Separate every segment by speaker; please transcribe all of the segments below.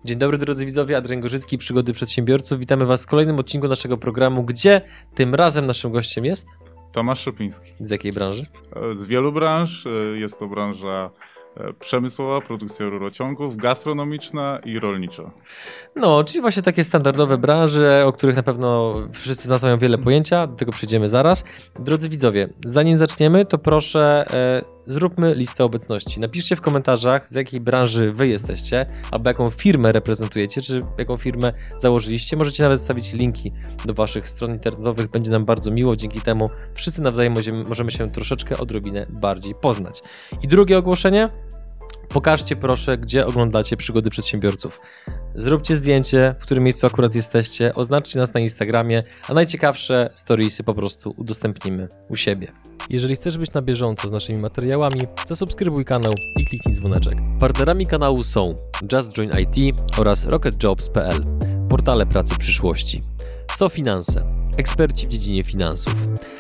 Speaker 1: Dzień dobry drodzy widzowie, Adrian Gorzycki, Przygody Przedsiębiorców. Witamy Was w kolejnym odcinku naszego programu, gdzie tym razem naszym gościem jest...
Speaker 2: Tomasz Szopiński.
Speaker 1: Z jakiej branży?
Speaker 2: Z wielu branż. Jest to branża przemysłowa, produkcja rurociągów, gastronomiczna i rolnicza.
Speaker 1: No, czyli właśnie takie standardowe branże, o których na pewno wszyscy z nas mają wiele pojęcia, do tego przejdziemy zaraz. Drodzy widzowie, zanim zaczniemy, to proszę zróbmy listę obecności. Napiszcie w komentarzach, z jakiej branży wy jesteście, albo jaką firmę reprezentujecie, czy jaką firmę założyliście. Możecie nawet wstawić linki do waszych stron internetowych, będzie nam bardzo miło, dzięki temu wszyscy nawzajem możemy się troszeczkę odrobinę bardziej poznać. I drugie ogłoszenie. Pokażcie proszę, gdzie oglądacie Przygody Przedsiębiorców. Zróbcie zdjęcie, w którym miejscu akurat jesteście, oznaczcie nas na Instagramie, a najciekawsze storiesy po prostu udostępnimy u siebie. Jeżeli chcesz być na bieżąco z naszymi materiałami, zasubskrybuj kanał i kliknij dzwoneczek. Partnerami kanału są Just Join IT oraz RocketJobs.pl, portale pracy przyszłości, SoFinanse, eksperci w dziedzinie finansów,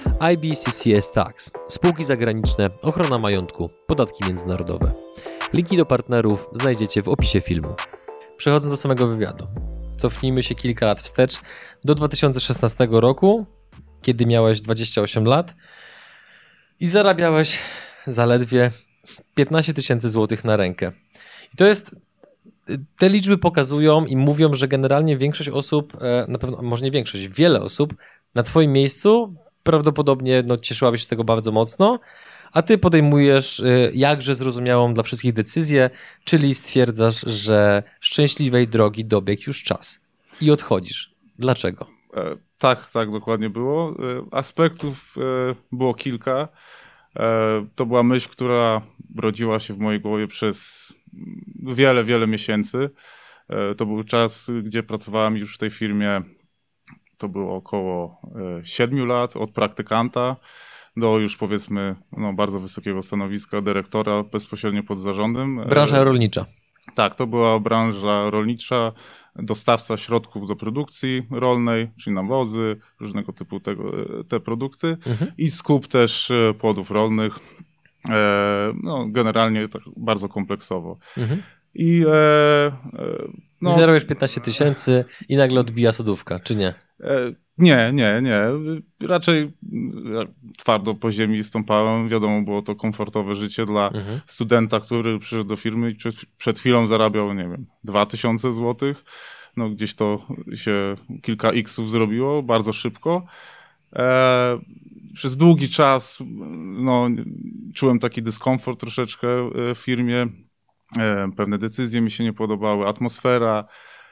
Speaker 1: IBCCS Tax, spółki zagraniczne, ochrona majątku, podatki międzynarodowe. Linki do partnerów znajdziecie w opisie filmu. Przechodząc do samego wywiadu, cofnijmy się kilka lat wstecz do 2016 roku, kiedy miałeś 28 lat i zarabiałeś zaledwie 15 000 złotych na rękę. I to jest, te liczby pokazują i mówią, że generalnie większość osób, na pewno, może nie większość, wiele osób na twoim miejscu prawdopodobnie cieszyłaby się z tego bardzo mocno, a ty podejmujesz jakże zrozumiałą dla wszystkich decyzję, czyli stwierdzasz, że szczęśliwej drogi dobiegł już czas i odchodzisz. Dlaczego?
Speaker 2: Tak, dokładnie było. Aspektów było kilka. To była myśl, która rodziła się w mojej głowie przez wiele miesięcy. To był czas, gdzie pracowałem już w tej firmie. To było około 7 lat od praktykanta do już powiedzmy bardzo wysokiego stanowiska dyrektora bezpośrednio pod zarządem.
Speaker 1: Branża rolnicza.
Speaker 2: Tak, to była branża rolnicza, dostawca środków do produkcji rolnej, czyli nawozy, różnego typu te produkty i skup też płodów rolnych, generalnie tak bardzo kompleksowo. I
Speaker 1: zarujesz 15 000 i nagle odbija sodówka, czy nie?
Speaker 2: Nie. Raczej twardo po ziemi stąpałem. Wiadomo, było to komfortowe życie dla studenta, który przyszedł do firmy i przed chwilą zarabiał, 2000 złotych. Gdzieś to się kilka x-ów zrobiło bardzo szybko. Przez długi czas czułem taki dyskomfort troszeczkę w firmie. Pewne decyzje mi się nie podobały, atmosfera.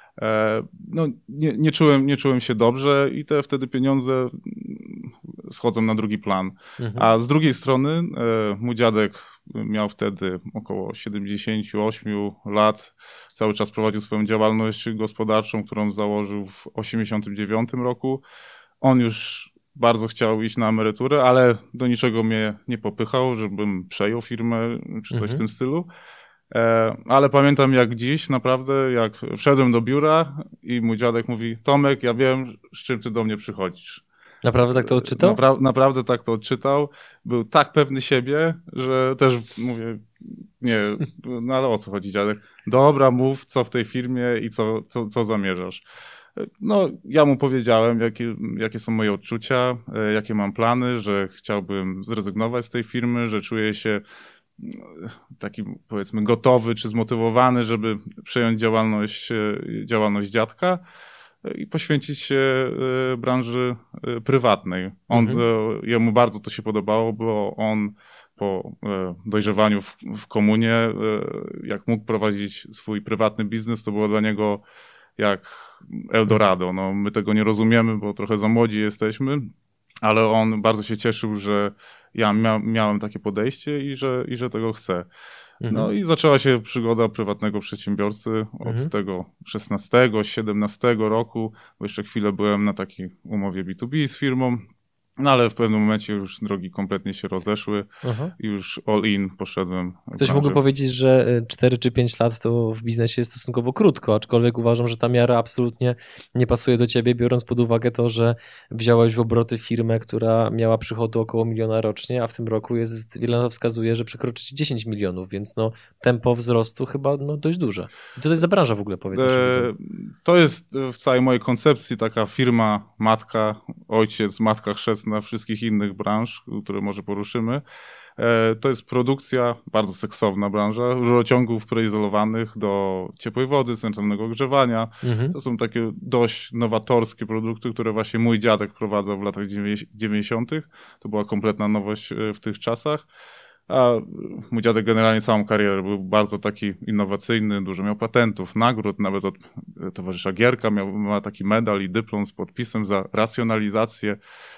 Speaker 2: Nie czułem się dobrze i wtedy pieniądze schodzą na drugi plan. A z drugiej strony mój dziadek miał wtedy około 78 lat. Cały czas prowadził swoją działalność gospodarczą, którą założył w 89 roku. On już bardzo chciał iść na emeryturę, ale do niczego mnie nie popychał, żebym przejął firmę czy coś w tym stylu. Ale pamiętam jak dziś, naprawdę, jak wszedłem do biura i mój dziadek mówi: Tomek, ja wiem, z czym ty do mnie przychodzisz.
Speaker 1: Naprawdę tak to odczytał?
Speaker 2: Naprawdę tak to odczytał. Był tak pewny siebie, że też mówię, ale o co chodzi, dziadek? Dobra, mów, co w tej firmie i co zamierzasz. Ja mu powiedziałem, jakie są moje odczucia, jakie mam plany, że chciałbym zrezygnować z tej firmy, że czuję się taki, powiedzmy, gotowy czy zmotywowany, żeby przejąć działalność dziadka i poświęcić się branży prywatnej. Jemu bardzo to się podobało, bo on po dojrzewaniu w komunie, jak mógł prowadzić swój prywatny biznes, to było dla niego jak Eldorado. My tego nie rozumiemy, bo trochę za młodzi jesteśmy, ale on bardzo się cieszył, że ja miałem takie podejście i że tego chcę. I zaczęła się przygoda prywatnego przedsiębiorcy od tego 16, 17 roku, bo jeszcze chwilę byłem na takiej umowie B2B z firmą. No ale w pewnym momencie już drogi kompletnie się rozeszły i już all in poszedłem.
Speaker 1: Ktoś mógłby powiedzieć, że 4 czy 5 lat to w biznesie jest stosunkowo krótko, aczkolwiek uważam, że ta miara absolutnie nie pasuje do ciebie, biorąc pod uwagę to, że wziąłeś w obroty firmę, która miała przychody około 1 miliona rocznie, a w tym roku wiele na to wskazuje, że przekroczycie 10 milionów, więc no tempo wzrostu chyba dość duże. I co to jest za branża w ogóle, powiedz naszym widzom?
Speaker 2: To jest w całej mojej koncepcji taka firma, matka, ojciec, matka chrzestna wszystkich innych branż, które może poruszymy. To jest produkcja, bardzo seksowna branża, rurociągów preizolowanych do ciepłej wody, centralnego ogrzewania. To są takie dość nowatorskie produkty, które właśnie mój dziadek wprowadzał w latach 90. To była kompletna nowość w tych czasach. A mój dziadek generalnie całą karierę był bardzo taki innowacyjny, dużo miał patentów, nagród, nawet od towarzysza Gierka ma taki medal i dyplom z podpisem za racjonalizację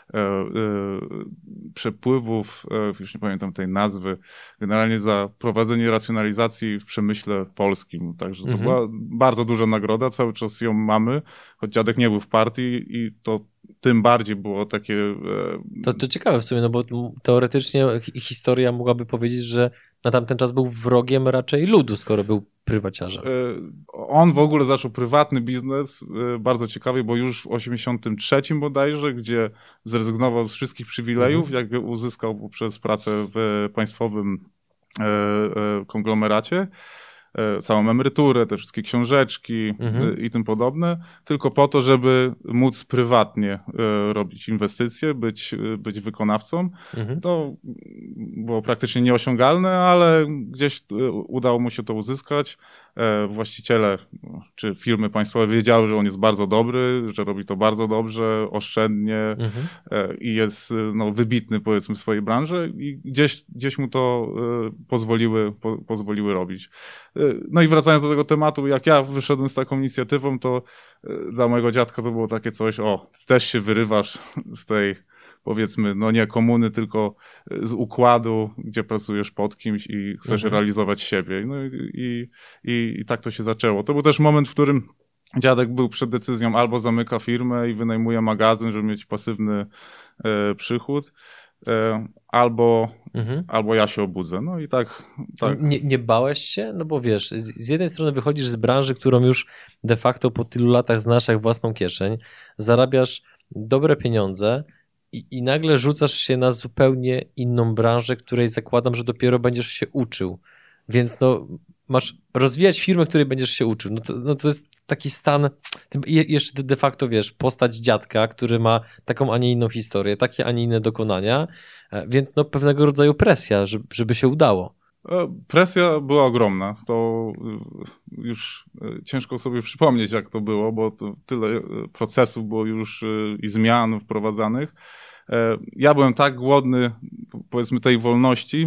Speaker 2: przepływów, już nie pamiętam tej nazwy, generalnie za prowadzenie racjonalizacji w przemyśle polskim. Także to była bardzo duża nagroda, cały czas ją mamy, choć dziadek nie był w partii i to tym bardziej było takie...
Speaker 1: To ciekawe w sumie, no bo teoretycznie historia mogłaby powiedzieć, że na tamten czas był wrogiem raczej ludu, skoro był prywaciarzem.
Speaker 2: On w ogóle zaczął prywatny biznes, bardzo ciekawy, bo już w 83 bodajże, gdzie zrezygnował z wszystkich przywilejów, jakby uzyskał poprzez pracę w państwowym konglomeracie, całą emeryturę, te wszystkie książeczki i tym podobne, tylko po to, żeby móc prywatnie robić inwestycje, być wykonawcą. To było praktycznie nieosiągalne, ale gdzieś udało mu się to uzyskać. Właściciele czy firmy państwowe wiedziały, że on jest bardzo dobry, że robi to bardzo dobrze, oszczędnie i jest wybitny, powiedzmy, w swojej branży i gdzieś mu to pozwoliły robić. No i wracając do tego tematu, jak ja wyszedłem z taką inicjatywą, to dla mojego dziadka to było takie coś, też się wyrywasz z tej, powiedzmy, nie komuny, tylko z układu, gdzie pracujesz pod kimś i chcesz realizować siebie. No i tak to się zaczęło. To był też moment, w którym dziadek był przed decyzją, albo zamyka firmę i wynajmuje magazyn, żeby mieć pasywny przychód, albo ja się obudzę. No i tak.
Speaker 1: Nie bałeś się? No bo wiesz, z jednej strony wychodzisz z branży, którą już de facto po tylu latach znasz jak własną kieszeń, zarabiasz dobre pieniądze i nagle rzucasz się na zupełnie inną branżę, której zakładam, że dopiero będziesz się uczył. Więc masz rozwijać firmę, której będziesz się uczył. To jest taki stan, jeszcze de facto wiesz, postać dziadka, który ma taką, a nie inną historię, takie, a nie inne dokonania, więc pewnego rodzaju presja, żeby się udało.
Speaker 2: Presja była ogromna. To już ciężko sobie przypomnieć, jak to było, bo to tyle procesów było już i zmian wprowadzanych. Ja byłem tak głodny, powiedzmy, tej wolności,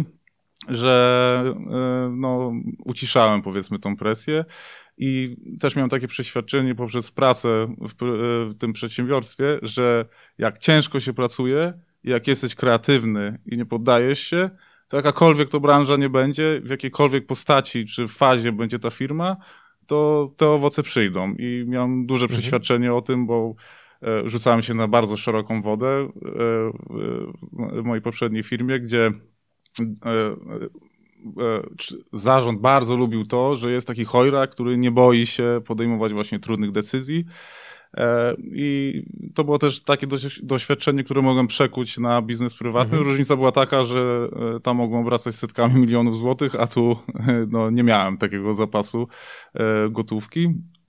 Speaker 2: że uciszałem, powiedzmy, tą presję i też miałem takie przeświadczenie poprzez pracę w tym przedsiębiorstwie, że jak ciężko się pracuje, jak jesteś kreatywny i nie poddajesz się, to jakakolwiek to branża nie będzie, w jakiejkolwiek postaci czy fazie będzie ta firma, to te owoce przyjdą. I miałem duże przeświadczenie o tym, bo rzucałem się na bardzo szeroką wodę w mojej poprzedniej firmie, gdzie zarząd bardzo lubił to, że jest taki chojrak, który nie boi się podejmować właśnie trudnych decyzji. I to było też takie doświadczenie, które mogłem przekuć na biznes prywatny. Różnica była taka, że tam mogłem obracać setkami milionów złotych, a tu nie miałem takiego zapasu gotówki.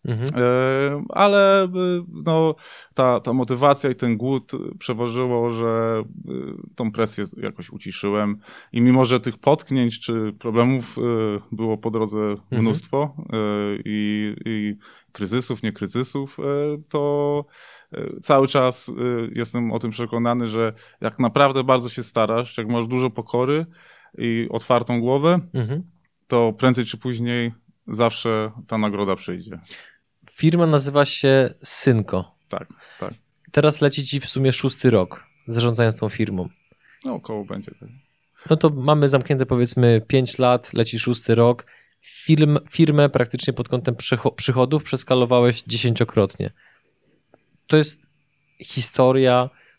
Speaker 2: Ale ta motywacja i ten głód przeważyło, że tą presję jakoś uciszyłem i mimo, że tych potknięć czy problemów było po drodze mnóstwo i kryzysów, nie kryzysów, to cały czas jestem o tym przekonany, że jak naprawdę bardzo się starasz, jak masz dużo pokory i otwartą głowę, to prędzej czy później zawsze ta nagroda przyjdzie.
Speaker 1: Firma nazywa się Synco.
Speaker 2: Tak.
Speaker 1: Teraz leci ci w sumie 6. rok zarządzając tą firmą.
Speaker 2: Około będzie. Tak.
Speaker 1: No to mamy zamknięte, powiedzmy, 5 lat, leci 6. rok. Firmę praktycznie pod kątem przychodów przeskalowałeś 10-krotnie. To jest historia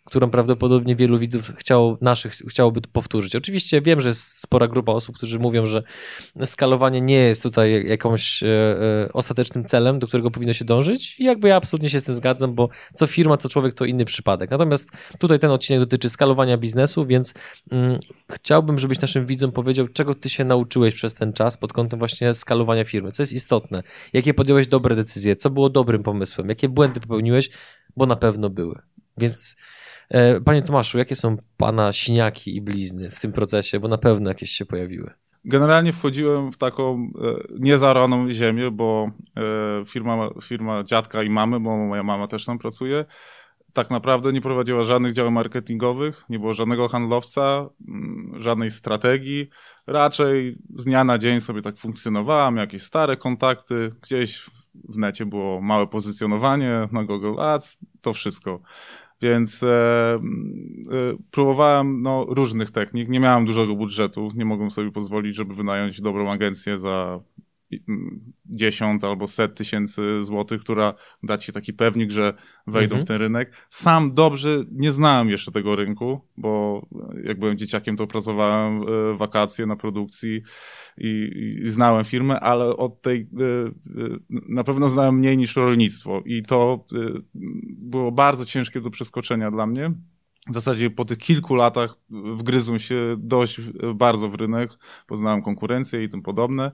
Speaker 1: którą prawdopodobnie wielu widzów chciałoby powtórzyć. Oczywiście wiem, że jest spora grupa osób, którzy mówią, że skalowanie nie jest tutaj jakąś ostatecznym celem, do którego powinno się dążyć i jakby ja absolutnie się z tym zgadzam, bo co firma, co człowiek to inny przypadek. Natomiast tutaj ten odcinek dotyczy skalowania biznesu, więc chciałbym, żebyś naszym widzom powiedział, czego ty się nauczyłeś przez ten czas pod kątem właśnie skalowania firmy, co jest istotne, jakie podjąłeś dobre decyzje, co było dobrym pomysłem, jakie błędy popełniłeś, bo na pewno były. Więc panie Tomaszu, jakie są pana siniaki i blizny w tym procesie, bo na pewno jakieś się pojawiły?
Speaker 2: Generalnie wchodziłem w taką niezaraną ziemię, bo firma dziadka i mamy, bo moja mama też tam pracuje, tak naprawdę nie prowadziła żadnych działań marketingowych, nie było żadnego handlowca, żadnej strategii. Raczej z dnia na dzień sobie tak funkcjonowałem, jakieś stare kontakty, gdzieś w necie było małe pozycjonowanie na Google Ads, to wszystko. Więc próbowałem różnych technik. Nie miałem dużego budżetu, nie mogłem sobie pozwolić, żeby wynająć dobrą agencję za 10 albo 100 tysięcy złotych, która da ci taki pewnik, że wejdą w ten rynek. Sam dobrze nie znałem jeszcze tego rynku, bo jak byłem dzieciakiem, to pracowałem w wakacje na produkcji i znałem firmę, ale od tej na pewno znałem mniej niż rolnictwo i to było bardzo ciężkie do przeskoczenia dla mnie. W zasadzie po tych kilku latach wgryzłem się dość bardzo w rynek, poznałem konkurencję i tym podobne.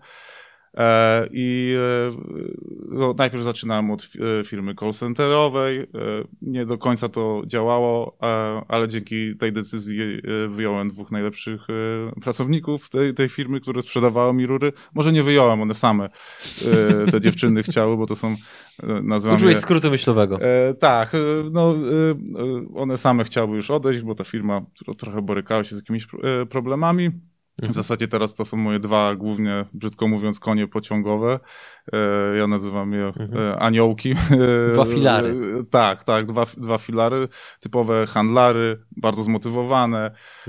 Speaker 2: Najpierw zaczynałem od firmy call centerowej, nie do końca to działało, ale dzięki tej decyzji wyjąłem 2 najlepszych pracowników tej firmy, które sprzedawały mi rury. Może nie wyjąłem, one same, te dziewczyny chciały, bo to są, nazywam
Speaker 1: Użyłeś skrótu myślowego.
Speaker 2: Tak, one same chciały już odejść, bo ta firma trochę borykała się z jakimiś problemami. W zasadzie teraz to są moje 2 głównie, brzydko mówiąc, konie pociągowe. Ja nazywam je aniołki.
Speaker 1: 2 filary.
Speaker 2: Tak, 2 filary, typowe handlary, bardzo zmotywowane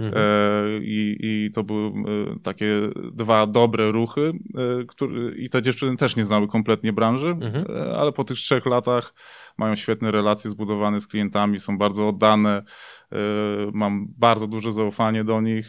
Speaker 2: i to były takie 2 dobre ruchy i te dziewczyny też nie znały kompletnie branży, ale po tych 3 latach mają świetne relacje zbudowane z klientami, są bardzo oddane. Mam bardzo duże zaufanie do nich,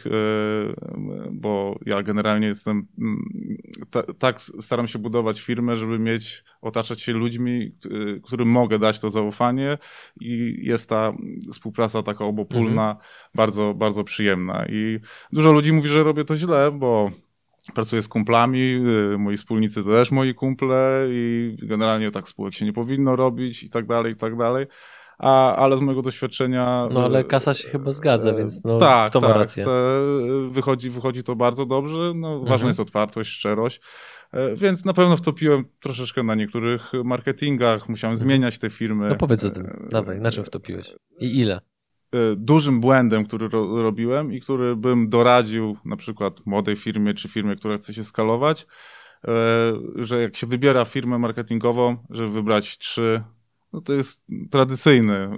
Speaker 2: bo ja generalnie jestem, tak staram się budować firmę, żeby otaczać się ludźmi, którym mogę dać to zaufanie i jest ta współpraca taka obopólna, bardzo, bardzo przyjemna. I dużo ludzi mówi, że robię to źle, bo pracuję z kumplami, moi wspólnicy to też moi kumple i generalnie tak spółek się nie powinno robić i tak dalej, i tak dalej. Ale z mojego doświadczenia...
Speaker 1: No ale kasa się chyba zgadza, więc
Speaker 2: tak,
Speaker 1: kto ma rację?
Speaker 2: Wychodzi to bardzo dobrze. Ważna jest otwartość, szczerość. Więc na pewno wtopiłem troszeczkę na niektórych marketingach, musiałem zmieniać te firmy.
Speaker 1: No powiedz o tym, dawaj, na czym wtopiłeś i ile?
Speaker 2: Dużym błędem, który robiłem i który bym doradził na przykład młodej firmie czy firmie, która chce się skalować, że jak się wybiera firmę marketingową, żeby wybrać 3, to jest tradycyjny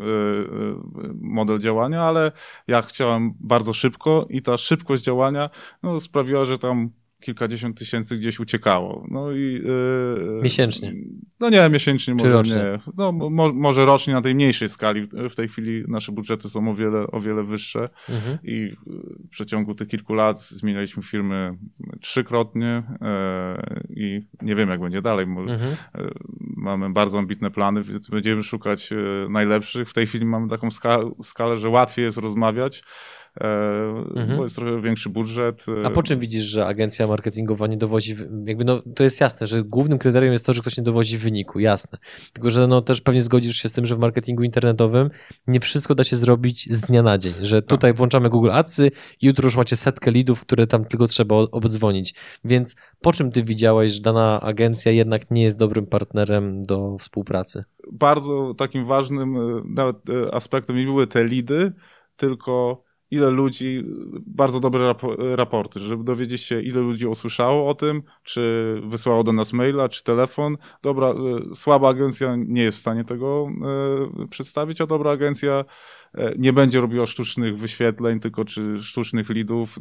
Speaker 2: model działania, ale ja chciałem bardzo szybko i ta szybkość działania sprawiła, że tam kilkadziesiąt tysięcy gdzieś uciekało.
Speaker 1: Miesięcznie?
Speaker 2: No nie, miesięcznie
Speaker 1: czy
Speaker 2: może
Speaker 1: rocznie?
Speaker 2: nie. Może rocznie na tej mniejszej skali. W tej chwili nasze budżety są o wiele wyższe i w przeciągu tych kilku lat zmienialiśmy firmy 3-krotnie i nie wiem, jak będzie dalej. Mamy bardzo ambitne plany, więc będziemy szukać najlepszych. W tej chwili mamy taką skalę, że łatwiej jest rozmawiać, bo jest trochę większy budżet.
Speaker 1: A po czym widzisz, że agencja marketingowa nie dowodzi, to jest jasne, że głównym kryterium jest to, że ktoś nie dowodzi wyniku, jasne. Tylko, że też pewnie zgodzisz się z tym, że w marketingu internetowym nie wszystko da się zrobić z dnia na dzień, że tutaj włączamy Google Adsy i jutro już macie 100 leadów, które tam tylko trzeba obdzwonić. Więc po czym ty widziałeś, że dana agencja jednak nie jest dobrym partnerem do współpracy?
Speaker 2: Bardzo takim ważnym nawet aspektem nie były te leady, tylko ile ludzi, bardzo dobre raporty, żeby dowiedzieć się, ile ludzi usłyszało o tym, czy wysłało do nas maila, czy telefon. Słaba agencja nie jest w stanie tego przedstawić, a dobra agencja nie będzie robiła sztucznych wyświetleń, tylko czy sztucznych leadów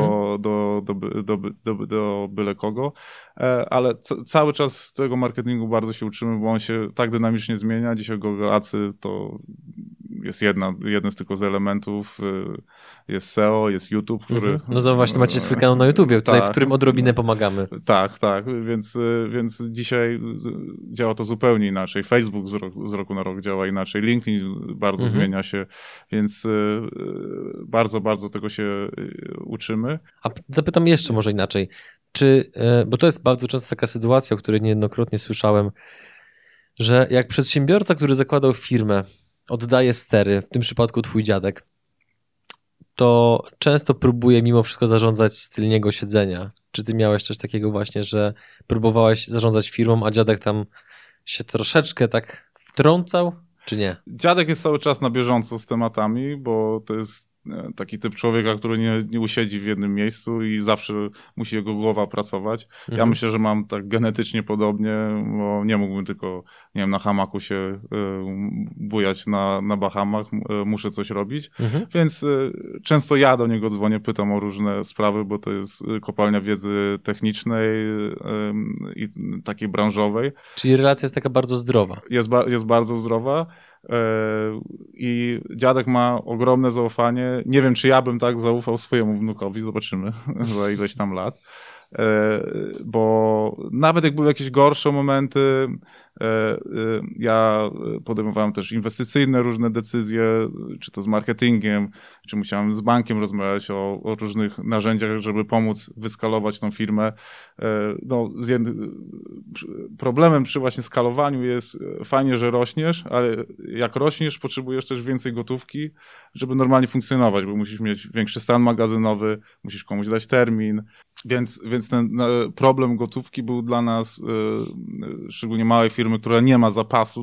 Speaker 2: do byle kogo. Ale cały czas tego marketingu bardzo się uczymy, bo on się tak dynamicznie zmienia. Dzisiaj Google Adsy to jest jeden z tylko z elementów, jest SEO, jest YouTube, który...
Speaker 1: No to właśnie macie swój kanał na YouTubie, tutaj, w którym odrobinę pomagamy.
Speaker 2: Tak, więc dzisiaj działa to zupełnie inaczej. Facebook z roku na rok działa inaczej, LinkedIn bardzo zmienia się, więc bardzo, bardzo tego się uczymy.
Speaker 1: A zapytam jeszcze może inaczej. Bo to jest bardzo często taka sytuacja, o której niejednokrotnie słyszałem, że jak przedsiębiorca, który zakładał firmę, oddaje stery, w tym przypadku twój dziadek, to często próbuje mimo wszystko zarządzać z tylniego siedzenia. Czy ty miałeś coś takiego właśnie, że próbowałeś zarządzać firmą, a dziadek tam się troszeczkę tak wtrącał, czy nie?
Speaker 2: Dziadek jest cały czas na bieżąco z tematami, bo to jest taki typ człowieka, który nie usiedzi w jednym miejscu i zawsze musi jego głowa pracować. Ja myślę, że mam tak genetycznie podobnie, bo nie mógłbym tylko, nie wiem, na hamaku się bujać na Bahamach, muszę coś robić. Więc często ja do niego dzwonię, pytam o różne sprawy, bo to jest kopalnia wiedzy technicznej i takiej branżowej.
Speaker 1: Czyli relacja jest taka bardzo zdrowa.
Speaker 2: Jest bardzo zdrowa. I dziadek ma ogromne zaufanie. Nie wiem, czy ja bym tak zaufał swojemu wnukowi, zobaczymy za ileś tam lat. Bo nawet jak były jakieś gorsze momenty, ja podejmowałem też inwestycyjne różne decyzje, czy to z marketingiem, czy musiałem z bankiem rozmawiać o różnych narzędziach, żeby pomóc wyskalować tą firmę. No, problemem przy właśnie skalowaniu jest fajnie, że rośniesz, ale jak rośniesz, potrzebujesz też więcej gotówki, żeby normalnie funkcjonować, bo musisz mieć większy stan magazynowy, musisz komuś dać termin, więc ten problem gotówki był dla nas, szczególnie małej firmy, która nie ma zapasu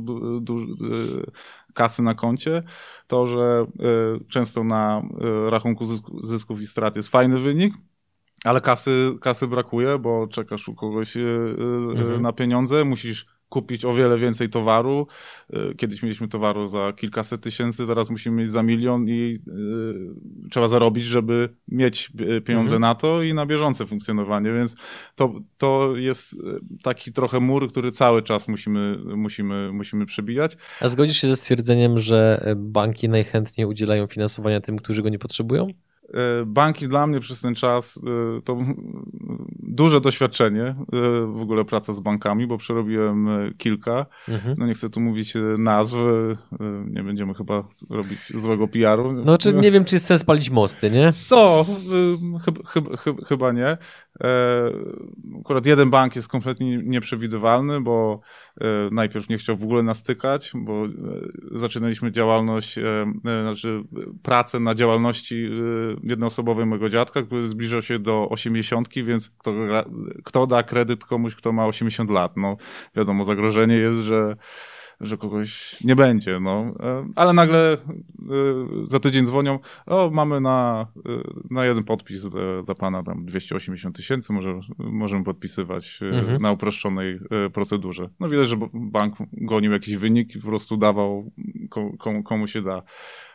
Speaker 2: kasy na koncie, to, że często na rachunku zysków i strat jest fajny wynik, ale kasy brakuje, bo czekasz u kogoś na pieniądze, musisz kupić o wiele więcej towaru. Kiedyś mieliśmy towaru za kilkaset tysięcy, teraz musimy mieć za 1 milion i trzeba zarobić, żeby mieć pieniądze na to i na bieżące funkcjonowanie, więc to jest taki trochę mur, który cały czas musimy przebijać.
Speaker 1: A zgodzisz się ze stwierdzeniem, że banki najchętniej udzielają finansowania tym, którzy go nie potrzebują?
Speaker 2: Banki dla mnie przez ten czas to duże doświadczenie, w ogóle praca z bankami, bo przerobiłem kilka. No nie chcę tu mówić nazw, nie będziemy chyba robić złego PR-u.
Speaker 1: No czy nie wiem, czy jest sens palić mosty, nie?
Speaker 2: To chyba nie. Akurat jeden bank jest kompletnie nieprzewidywalny, bo najpierw nie chciał w ogóle nastykać, bo zaczynaliśmy działalność, znaczy pracę na działalności jednoosobowej mojego dziadka, który zbliżał się do 80, więc kto da kredyt komuś, kto ma 80 lat? No wiadomo, zagrożenie jest, że kogoś nie będzie, no. Ale nagle za tydzień dzwonią, mamy na jeden podpis dla pana tam 280 tysięcy, możemy podpisywać na uproszczonej procedurze. No widać, że bank gonił jakiś wynik i po prostu dawał komu się da.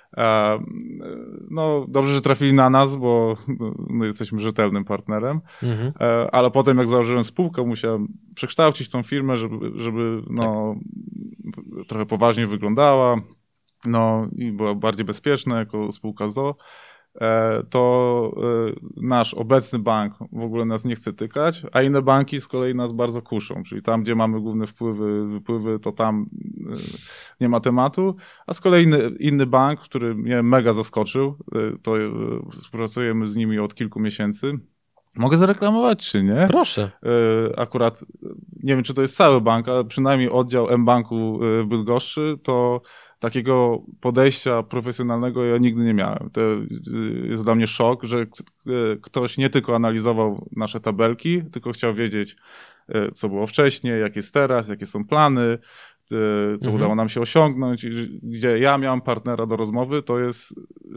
Speaker 2: No dobrze, że trafili na nas, bo no, jesteśmy rzetelnym partnerem, ale potem jak założyłem spółkę, musiałem przekształcić tą firmę, żeby no, trochę poważniej wyglądała, no i była bardziej bezpieczna jako spółka ZOO. To nasz obecny bank w ogóle nas nie chce tykać, a inne banki z kolei nas bardzo kuszą, czyli tam, gdzie mamy główne wpływy, wypływy, to tam nie ma tematu, a z kolei inny bank, który mnie mega zaskoczył, to współpracujemy z nimi od kilku miesięcy. Mogę zareklamować, czy nie?
Speaker 1: Proszę.
Speaker 2: Akurat nie wiem, czy to jest cały bank, ale przynajmniej oddział mBanku w Bydgoszczy, to takiego podejścia profesjonalnego ja nigdy nie miałem. To jest dla mnie szok, że ktoś nie tylko analizował nasze tabelki, tylko chciał wiedzieć, co było wcześniej, jak jest teraz, jakie są plany, co udało nam się osiągnąć, gdzie ja miałem partnera do rozmowy, to jest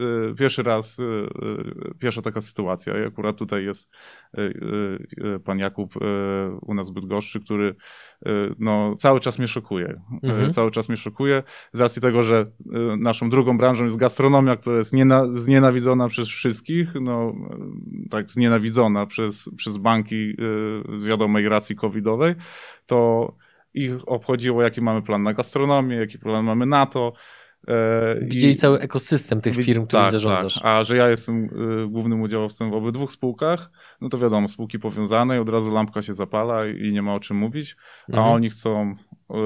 Speaker 2: pierwsza taka sytuacja. I akurat tutaj jest pan Jakub u nas w Bydgoszczy, który no, cały czas mnie szokuje. Cały czas mnie szokuje z racji tego, że naszą drugą branżą jest gastronomia, która jest znienawidzona przez wszystkich, no tak znienawidzona przez banki z wiadomej racji covidowej, to ich obchodziło, jaki mamy plan na gastronomię, jaki plan mamy na to.
Speaker 1: Widzieli cały ekosystem tych firm, którym zarządzasz.
Speaker 2: Tak. A że ja jestem głównym udziałowcem w obydwu spółkach, no to wiadomo, spółki powiązane i od razu lampka się zapala i nie ma o czym mówić, a oni chcą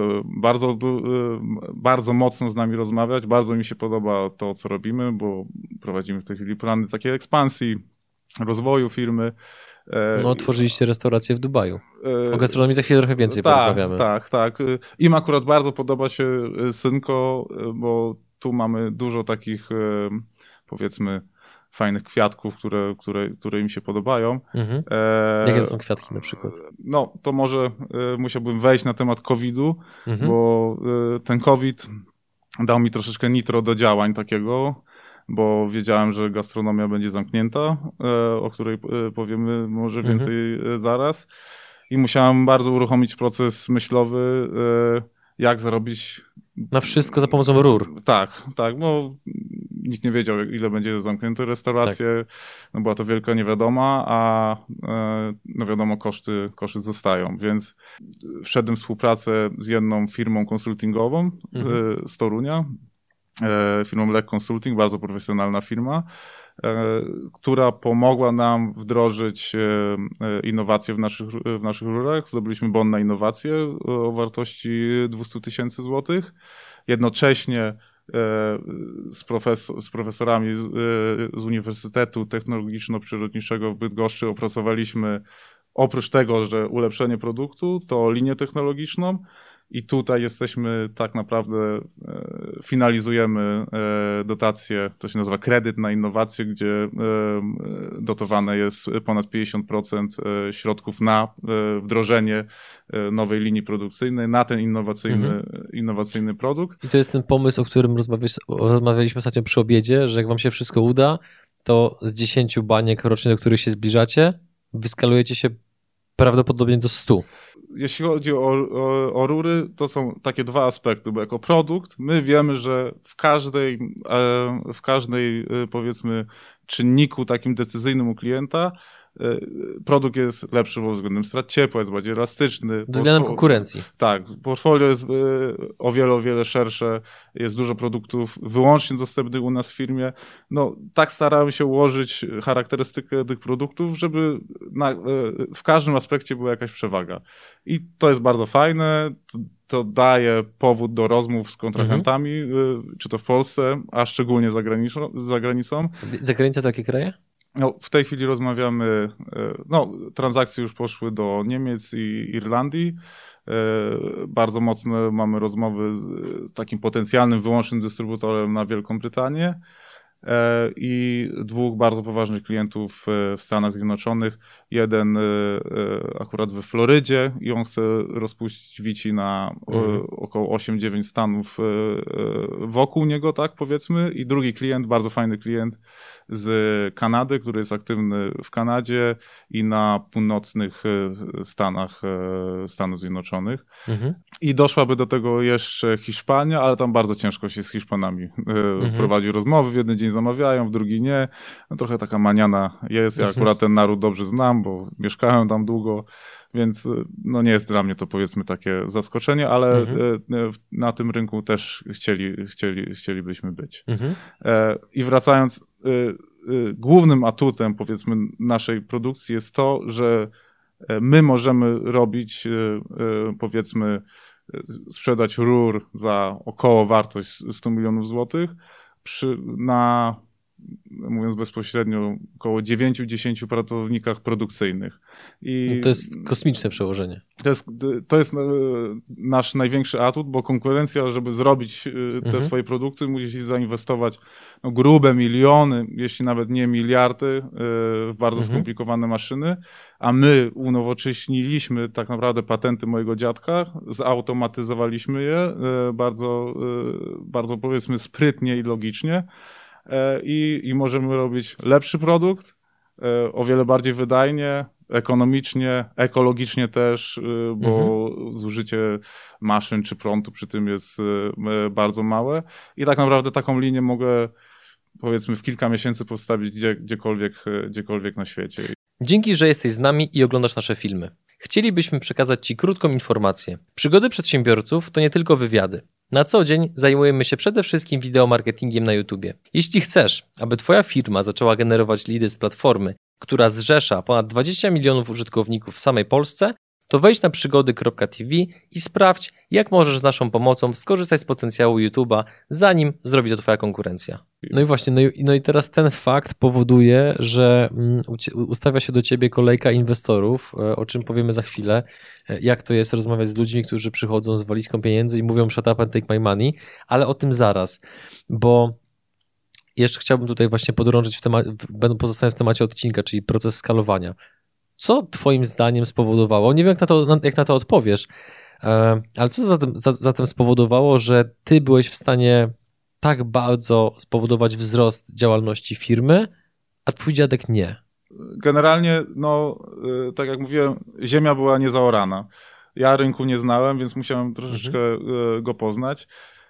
Speaker 2: bardzo mocno z nami rozmawiać. Bardzo mi się podoba to, co robimy, bo prowadzimy w tej chwili plany takiej ekspansji, rozwoju firmy.
Speaker 1: No, otworzyliście restaurację w Dubaju. O gastronomii za chwilę trochę więcej porozmawiamy.
Speaker 2: Tak. Im akurat bardzo podoba się Synco, bo tu mamy dużo takich, powiedzmy, fajnych kwiatków, które im się podobają.
Speaker 1: Jakie to są kwiatki na przykład?
Speaker 2: No, to może musiałbym wejść na temat COVID-u, bo ten COVID dał mi troszeczkę nitro do działań takiego, bo wiedziałem, że gastronomia będzie zamknięta, o której powiemy może więcej zaraz. I musiałem bardzo uruchomić proces myślowy, jak zarobić...
Speaker 1: Na wszystko za pomocą rur.
Speaker 2: Tak, bo nikt nie wiedział, ile będzie zamknięte restauracje. Tak. No była to wielka niewiadoma, a no wiadomo, koszty zostają. Więc wszedłem w współpracę z jedną firmą konsultingową z Torunia, firmą Lek Consulting, bardzo profesjonalna firma, która pomogła nam wdrożyć innowacje w naszych rurach. Zdobyliśmy bon na innowacje o wartości 200 000 złotych. Jednocześnie z profesorami z Uniwersytetu Technologiczno-Przyrodniczego w Bydgoszczy opracowaliśmy, oprócz tego, że ulepszenie produktu, to linię technologiczną. I tutaj jesteśmy tak naprawdę, finalizujemy dotację, to się nazywa kredyt na innowacje, gdzie dotowane jest ponad 50% środków na wdrożenie nowej linii produkcyjnej, na ten innowacyjny produkt.
Speaker 1: I to jest ten pomysł, o którym rozmawialiśmy ostatnio przy obiedzie, że jak wam się wszystko uda, to z 10 baniek rocznie, do których się zbliżacie, wyskalujecie się prawdopodobnie do 100.
Speaker 2: Jeśli chodzi o rury, to są takie dwa aspekty, bo jako produkt my wiemy, że w każdej powiedzmy czynniku takim decyzyjnym u klienta produkt jest lepszy pod względem strat ciepła, jest bardziej elastyczny.
Speaker 1: Względem konkurencji.
Speaker 2: Tak, portfolio jest o wiele szersze, jest dużo produktów wyłącznie dostępnych u nas w firmie. No, tak staramy się ułożyć charakterystykę tych produktów, żeby w każdym aspekcie była jakaś przewaga. I to jest bardzo fajne, to daje powód do rozmów z kontrahentami, czy to w Polsce, a szczególnie za granicą.
Speaker 1: Zagranica to jakie kraje?
Speaker 2: No, w tej chwili rozmawiamy, transakcje już poszły do Niemiec i Irlandii. Bardzo mocno mamy rozmowy z takim potencjalnym wyłącznym dystrybutorem na Wielką Brytanię i dwóch bardzo poważnych klientów w Stanach Zjednoczonych. Jeden akurat we Florydzie i on chce rozpuścić Vici na około 8-9 stanów wokół niego, tak powiedzmy. I drugi klient, bardzo fajny klient z Kanady, który jest aktywny w Kanadzie i na północnych Stanach Stanów Zjednoczonych. I doszłaby do tego jeszcze Hiszpania, ale tam bardzo ciężko się z Hiszpanami prowadzi rozmowy. W jeden dzień zamawiają, w drugi nie. No, trochę taka maniana jest. Ja akurat ten naród dobrze znam, bo mieszkałem tam długo, więc no nie jest dla mnie to powiedzmy takie zaskoczenie, ale na tym rynku też chcielibyśmy być. I wracając, głównym atutem powiedzmy naszej produkcji jest to, że my możemy robić powiedzmy sprzedać rur za około wartość 100 milionów złotych na, mówiąc bezpośrednio, około 9-10 pracownikach produkcyjnych. I
Speaker 1: to jest kosmiczne przełożenie.
Speaker 2: To jest nasz największy atut, bo konkurencja, żeby zrobić te swoje produkty, musi zainwestować grube miliony, jeśli nawet nie miliardy, w bardzo skomplikowane maszyny, a my unowocześniliśmy tak naprawdę patenty mojego dziadka, zautomatyzowaliśmy je bardzo powiedzmy sprytnie i logicznie i możemy robić lepszy produkt, o wiele bardziej wydajnie, ekonomicznie, ekologicznie też, bo zużycie maszyn czy prądu przy tym jest bardzo małe i tak naprawdę taką linię mogę powiedzmy w kilka miesięcy postawić gdziekolwiek na świecie.
Speaker 1: Dzięki, że jesteś z nami i oglądasz nasze filmy. Chcielibyśmy przekazać Ci krótką informację. Przygody przedsiębiorców to nie tylko wywiady. Na co dzień zajmujemy się przede wszystkim wideomarketingiem na YouTubie. Jeśli chcesz, aby Twoja firma zaczęła generować leady z platformy, która zrzesza ponad 20 milionów użytkowników w samej Polsce, to wejdź na przygody.tv i sprawdź, jak możesz z naszą pomocą skorzystać z potencjału YouTube'a, zanim zrobi to Twoja konkurencja. No i właśnie, no i teraz ten fakt powoduje, że ustawia się do Ciebie kolejka inwestorów, o czym powiemy za chwilę, jak to jest rozmawiać z ludźmi, którzy przychodzą z walizką pieniędzy i mówią shut up and take my money, ale o tym zaraz, bo jeszcze chciałbym tutaj właśnie podrążyć będę pozostając w temacie odcinka, czyli proces skalowania. Co twoim zdaniem spowodowało, nie wiem jak na to odpowiesz, ale co zatem spowodowało, że ty byłeś w stanie tak bardzo spowodować wzrost działalności firmy, a twój dziadek nie?
Speaker 2: Generalnie, no, tak jak mówiłem, ziemia była niezaorana. Ja rynku nie znałem, więc musiałem troszeczkę go poznać.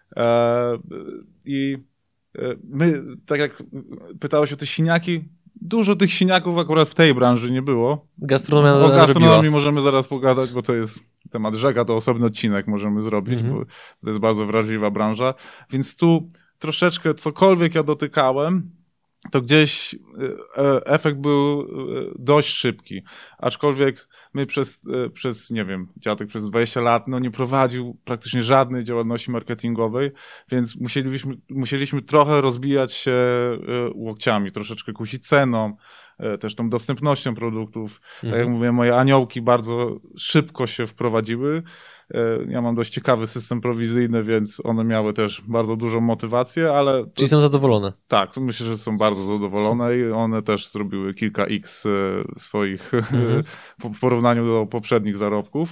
Speaker 2: I my, tak jak pytałeś o te siniaki, dużo tych siniaków akurat w tej branży nie było. O gastronomii możemy zaraz pogadać, bo to jest temat rzeka, to osobny odcinek możemy zrobić, bo to jest bardzo wrażliwa branża. Więc tu troszeczkę cokolwiek ja dotykałem, to gdzieś efekt był dość szybki. Aczkolwiek my przez nie wiem, dziadek przez 20 lat nie prowadził praktycznie żadnej działalności marketingowej, więc musieliśmy trochę rozbijać się łokciami, troszeczkę kusić ceną, też tą dostępnością produktów. Tak jak mówię, moje aniołki bardzo szybko się wprowadziły. Ja mam dość ciekawy system prowizyjny, więc one miały też bardzo dużą motywację, ale...
Speaker 1: Czyli są zadowolone?
Speaker 2: Tak, myślę, że są bardzo zadowolone i one też zrobiły kilka X swoich w porównaniu do poprzednich zarobków.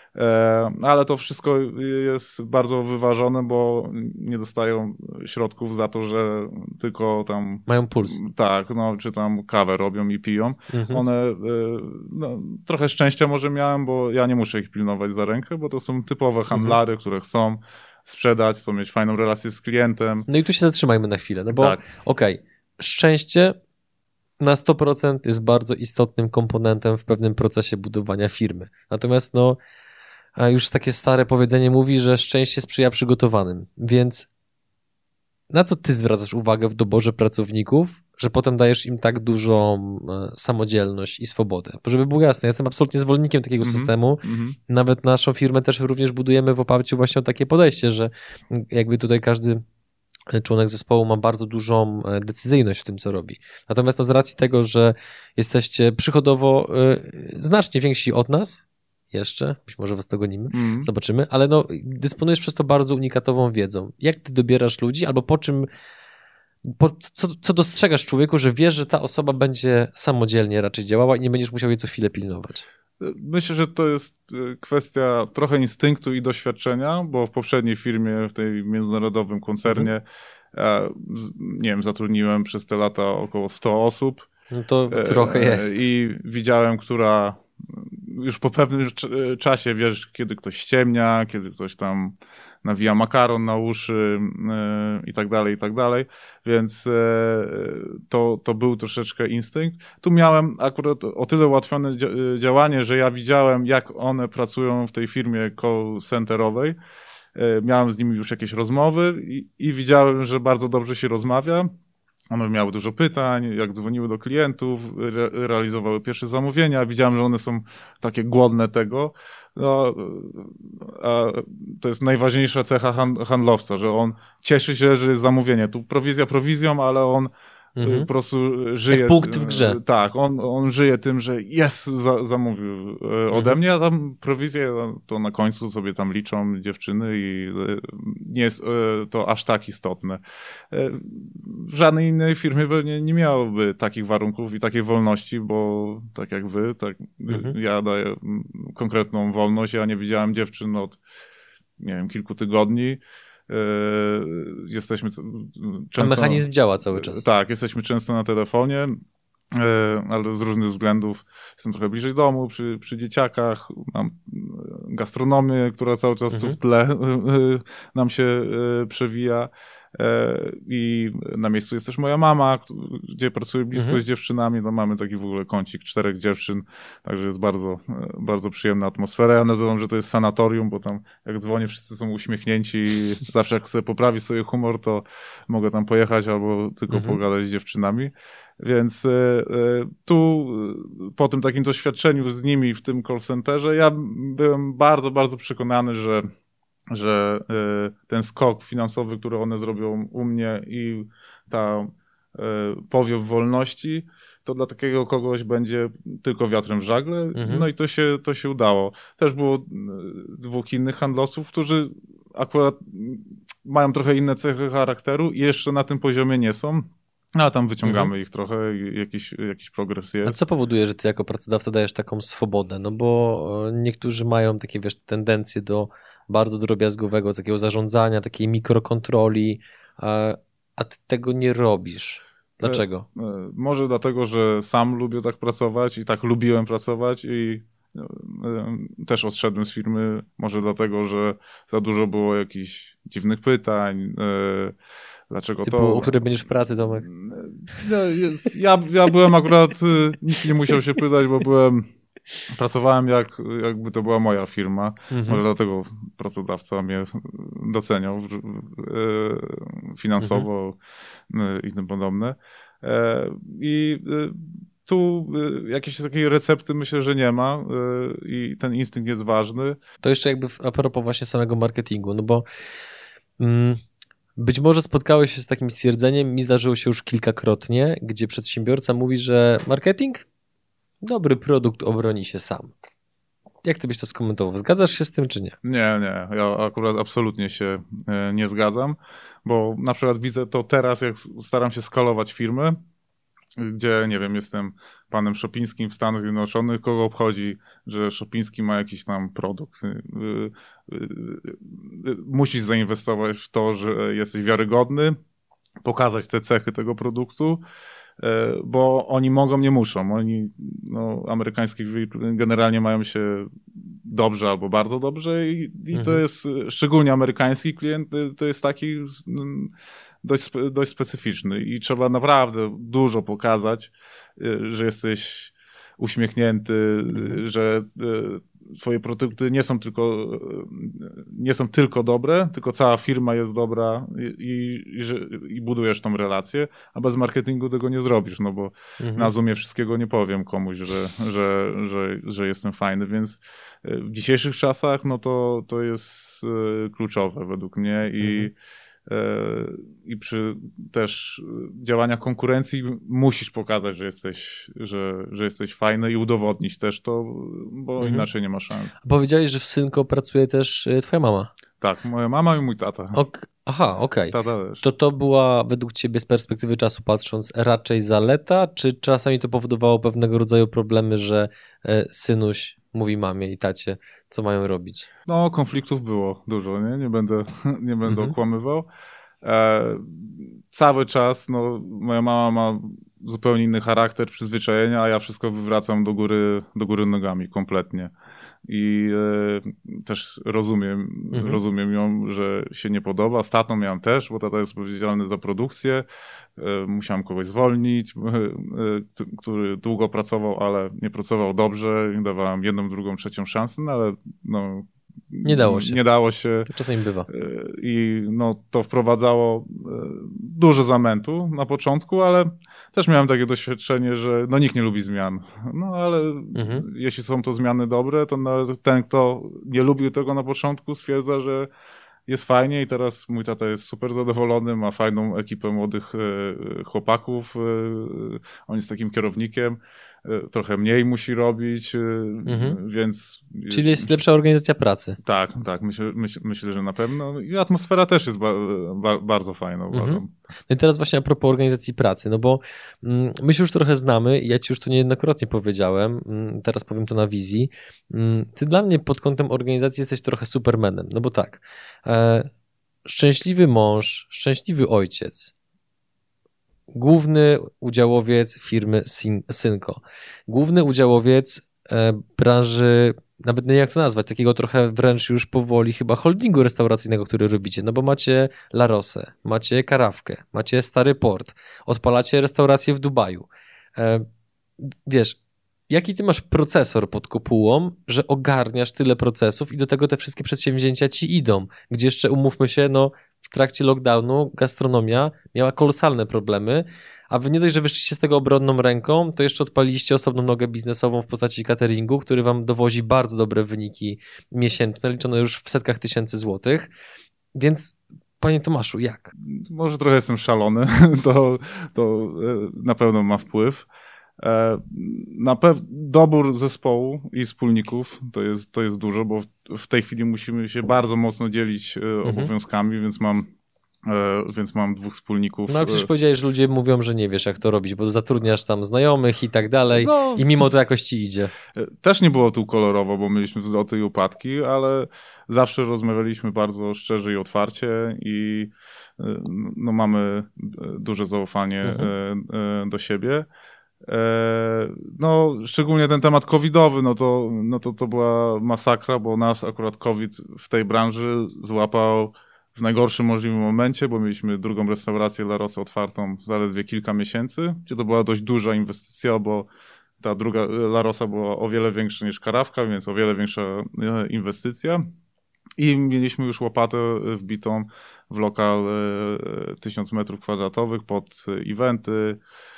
Speaker 2: Ale to wszystko jest bardzo wyważone, bo nie dostają środków za to, że tylko tam...
Speaker 1: Mają puls.
Speaker 2: Tak, czy tam kawę robią i piją. One, trochę szczęścia może miałem, bo ja nie muszę ich pilnować za rękę, bo to są typowe handlary, które chcą sprzedać, chcą mieć fajną relację z klientem.
Speaker 1: No i tu się zatrzymajmy na chwilę, no bo tak. Okej, szczęście na 100% jest bardzo istotnym komponentem w pewnym procesie budowania firmy. Natomiast a już takie stare powiedzenie mówi, że szczęście sprzyja przygotowanym, więc na co ty zwracasz uwagę w doborze pracowników, że potem dajesz im tak dużą samodzielność i swobodę? Bo żeby było jasne, ja jestem absolutnie zwolennikiem takiego systemu. Nawet naszą firmę też również budujemy w oparciu właśnie o takie podejście, że jakby tutaj każdy członek zespołu ma bardzo dużą decyzyjność w tym, co robi. Natomiast z racji tego, że jesteście przychodowo znacznie więksi od nas, jeszcze, być może was dogonimy, zobaczymy, ale dysponujesz przez to bardzo unikatową wiedzą. Jak ty dobierasz ludzi, albo co dostrzegasz w człowieku, że wiesz, że ta osoba będzie samodzielnie raczej działała i nie będziesz musiał jej co chwilę pilnować?
Speaker 2: Myślę, że to jest kwestia trochę instynktu i doświadczenia, bo w poprzedniej firmie, w tej międzynarodowym koncernie, nie wiem, zatrudniłem przez te lata około 100 osób.
Speaker 1: No to trochę jest.
Speaker 2: I widziałem, która już po pewnym czasie wiesz, kiedy ktoś ściemnia, kiedy ktoś tam nawija makaron na uszy i tak dalej, więc to był troszeczkę instynkt. Tu miałem akurat o tyle ułatwione działanie, że ja widziałem, jak one pracują w tej firmie call centerowej. Miałem z nimi już jakieś rozmowy i widziałem, że bardzo dobrze się rozmawia. One miały dużo pytań, jak dzwoniły do klientów, realizowały pierwsze zamówienia. Widziałem, że one są takie głodne tego. To jest najważniejsza cecha handlowca, że on cieszy się, że jest zamówienie. Tu prowizja prowizją, ale on po prostu żyje...
Speaker 1: Jak punkt w grze.
Speaker 2: Tak, on żyje tym, że zamówił ode mnie, a tam prowizję to na końcu sobie tam liczą dziewczyny i nie jest to aż tak istotne. W żadnej innej firmie nie miałoby takich warunków i takiej wolności, bo tak jak wy, ja daję konkretną wolność. Ja nie widziałem dziewczyn od, nie wiem, kilku tygodni. Jesteśmy często...
Speaker 1: A mechanizm działa cały czas.
Speaker 2: Tak, jesteśmy często na telefonie, ale z różnych względów jestem trochę bliżej domu, przy dzieciakach, mam gastronomię, która cały czas tu w tle nam się przewija, I na miejscu jest też moja mama, gdzie pracuję blisko z dziewczynami. No mamy taki w ogóle kącik 4 dziewczyn, także jest bardzo, bardzo przyjemna atmosfera. Ja nazywam, że to jest sanatorium, bo tam jak dzwonię, wszyscy są uśmiechnięci i zawsze jak chcę poprawić sobie humor, to mogę tam pojechać albo tylko pogadać z dziewczynami. Więc tu po tym takim doświadczeniu z nimi w tym call centerze ja byłem bardzo, bardzo przekonany, że ten skok finansowy, który one zrobią u mnie i ta powiew wolności, to dla takiego kogoś będzie tylko wiatrem w żagle. No i to się udało. Też było 2 innych handlowców, którzy akurat mają trochę inne cechy charakteru i jeszcze na tym poziomie nie są. A tam wyciągamy ich trochę, jakiś progres jest.
Speaker 1: A co powoduje, że ty jako pracodawca dajesz taką swobodę? No bo niektórzy mają takie, wiesz, tendencje do bardzo drobiazgowego takiego zarządzania, takiej mikrokontroli, a ty tego nie robisz. Dlaczego?
Speaker 2: Może dlatego, że sam lubię tak pracować i tak lubiłem pracować i też odszedłem z firmy. Może dlatego, że za dużo było jakichś dziwnych pytań. Dlaczego
Speaker 1: typu,
Speaker 2: to?
Speaker 1: O której będziesz w pracy, Tomek?
Speaker 2: Ja byłem akurat, nikt nie musiał się pytać, bo pracowałem jakby to była moja firma. Może dlatego pracodawca mnie doceniał finansowo i tym podobne. I tu jakiejś takiej recepty myślę, że nie ma i ten instynkt jest ważny.
Speaker 1: To jeszcze jakby a propos właśnie samego marketingu, no bo być może spotkałeś się z takim stwierdzeniem, mi zdarzyło się już kilkakrotnie, gdzie przedsiębiorca mówi, że marketing? Dobry produkt obroni się sam. Jak ty byś to skomentował? Zgadzasz się z tym, czy nie?
Speaker 2: Nie. Ja akurat absolutnie się nie zgadzam, bo na przykład widzę to teraz, jak staram się skalować firmy, gdzie, nie wiem, jestem panem Szopińskim w Stanach Zjednoczonych, kogo obchodzi, że Szopiński ma jakiś tam produkt. Musisz zainwestować w to, że jesteś wiarygodny, pokazać te cechy tego produktu, bo oni mogą, nie muszą. Oni, amerykańskie generalnie mają się dobrze albo bardzo dobrze i to jest, szczególnie amerykański klient, to jest taki dość specyficzny i trzeba naprawdę dużo pokazać, że jesteś uśmiechnięty, że twoje produkty nie są tylko dobre, tylko cała firma jest dobra i budujesz tą relację, a bez marketingu tego nie zrobisz, no bo na Zoomie wszystkiego nie powiem komuś, że jestem fajny, więc w dzisiejszych czasach to jest kluczowe według mnie i przy też działaniach konkurencji musisz pokazać, że jesteś fajny i udowodnić też to, bo inaczej nie ma szans.
Speaker 1: Powiedziałeś, że w Synco pracuje też twoja mama.
Speaker 2: Tak, moja mama i mój tata.
Speaker 1: Okej.
Speaker 2: Tata też.
Speaker 1: To była według ciebie z perspektywy czasu patrząc raczej zaleta, czy czasami to powodowało pewnego rodzaju problemy, że synuś mówi mamie i tacie, co mają robić?
Speaker 2: No, konfliktów było dużo, nie będę okłamywał. Cały czas, moja mama ma zupełnie inny charakter, przyzwyczajenia, a ja wszystko wywracam do góry nogami kompletnie. I też rozumiem ją, że się nie podoba. Z tatą miałem też, bo tata jest odpowiedzialny za produkcję. Musiałem kogoś zwolnić, który długo pracował, ale nie pracował dobrze. Dawałem 1., 2., 3. szansę, ale
Speaker 1: nie dało się.
Speaker 2: Nie dało się.
Speaker 1: To czasami bywa.
Speaker 2: I to wprowadzało dużo zamętu na początku, ale też miałem takie doświadczenie, że nikt nie lubi zmian. Ale jeśli są to zmiany dobre, to nawet ten, kto nie lubił tego na początku, stwierdza, że jest fajnie i teraz mój tata jest super zadowolony, ma fajną ekipę młodych chłopaków, on jest takim kierownikiem, trochę mniej musi robić, więc...
Speaker 1: Czyli jest lepsza organizacja pracy.
Speaker 2: Tak, myślę, że na pewno i atmosfera też jest bardzo fajna, uważam.
Speaker 1: No i teraz właśnie a propos organizacji pracy, no bo my się już trochę znamy i ja ci już to niejednokrotnie powiedziałem, teraz powiem to na wizji, ty dla mnie pod kątem organizacji jesteś trochę supermanem, no bo tak, szczęśliwy mąż, szczęśliwy ojciec, główny udziałowiec firmy Synco, główny udziałowiec branży, nawet nie wiem jak to nazwać, takiego trochę wręcz już powoli chyba holdingu restauracyjnego, który robicie, no bo macie La Rosę, macie Karawkę, macie Stary Port, odpalacie restaurację w Dubaju. Wiesz, jaki ty masz procesor pod kopułą, że ogarniasz tyle procesów i do tego te wszystkie przedsięwzięcia ci idą, gdzie jeszcze umówmy się, no w trakcie lockdownu gastronomia miała kolosalne problemy, a wy nie dość, że wyszliście z tego obronną ręką, to jeszcze odpaliliście osobną nogę biznesową w postaci cateringu, który wam dowozi bardzo dobre wyniki miesięczne, liczone już w setkach tysięcy złotych, więc panie Tomaszu, jak?
Speaker 2: Może trochę jestem szalony, to na pewno ma wpływ. Dobór zespołu i wspólników to jest dużo, bo w tej chwili musimy się bardzo mocno dzielić obowiązkami, więc mam 2 wspólników.
Speaker 1: No ale przecież powiedziałeś, że ludzie mówią, że nie wiesz jak to robić, bo zatrudniasz tam znajomych i tak dalej i mimo to jakoś ci idzie.
Speaker 2: Też nie było tu kolorowo, bo mieliśmy wzloty i upadki, ale zawsze rozmawialiśmy bardzo szczerze i otwarcie i no, mamy duże zaufanie do siebie. No, szczególnie ten temat covidowy, to była masakra, bo nas akurat COVID w tej branży złapał w najgorszym możliwym momencie, bo mieliśmy drugą restaurację La Rosa otwartą zaledwie kilka miesięcy, gdzie to była dość duża inwestycja, bo ta druga La Rosa była o wiele większa niż Karawka, więc o wiele większa inwestycja. I mieliśmy już łopatę wbitą w lokal 1000 m2 pod eventy,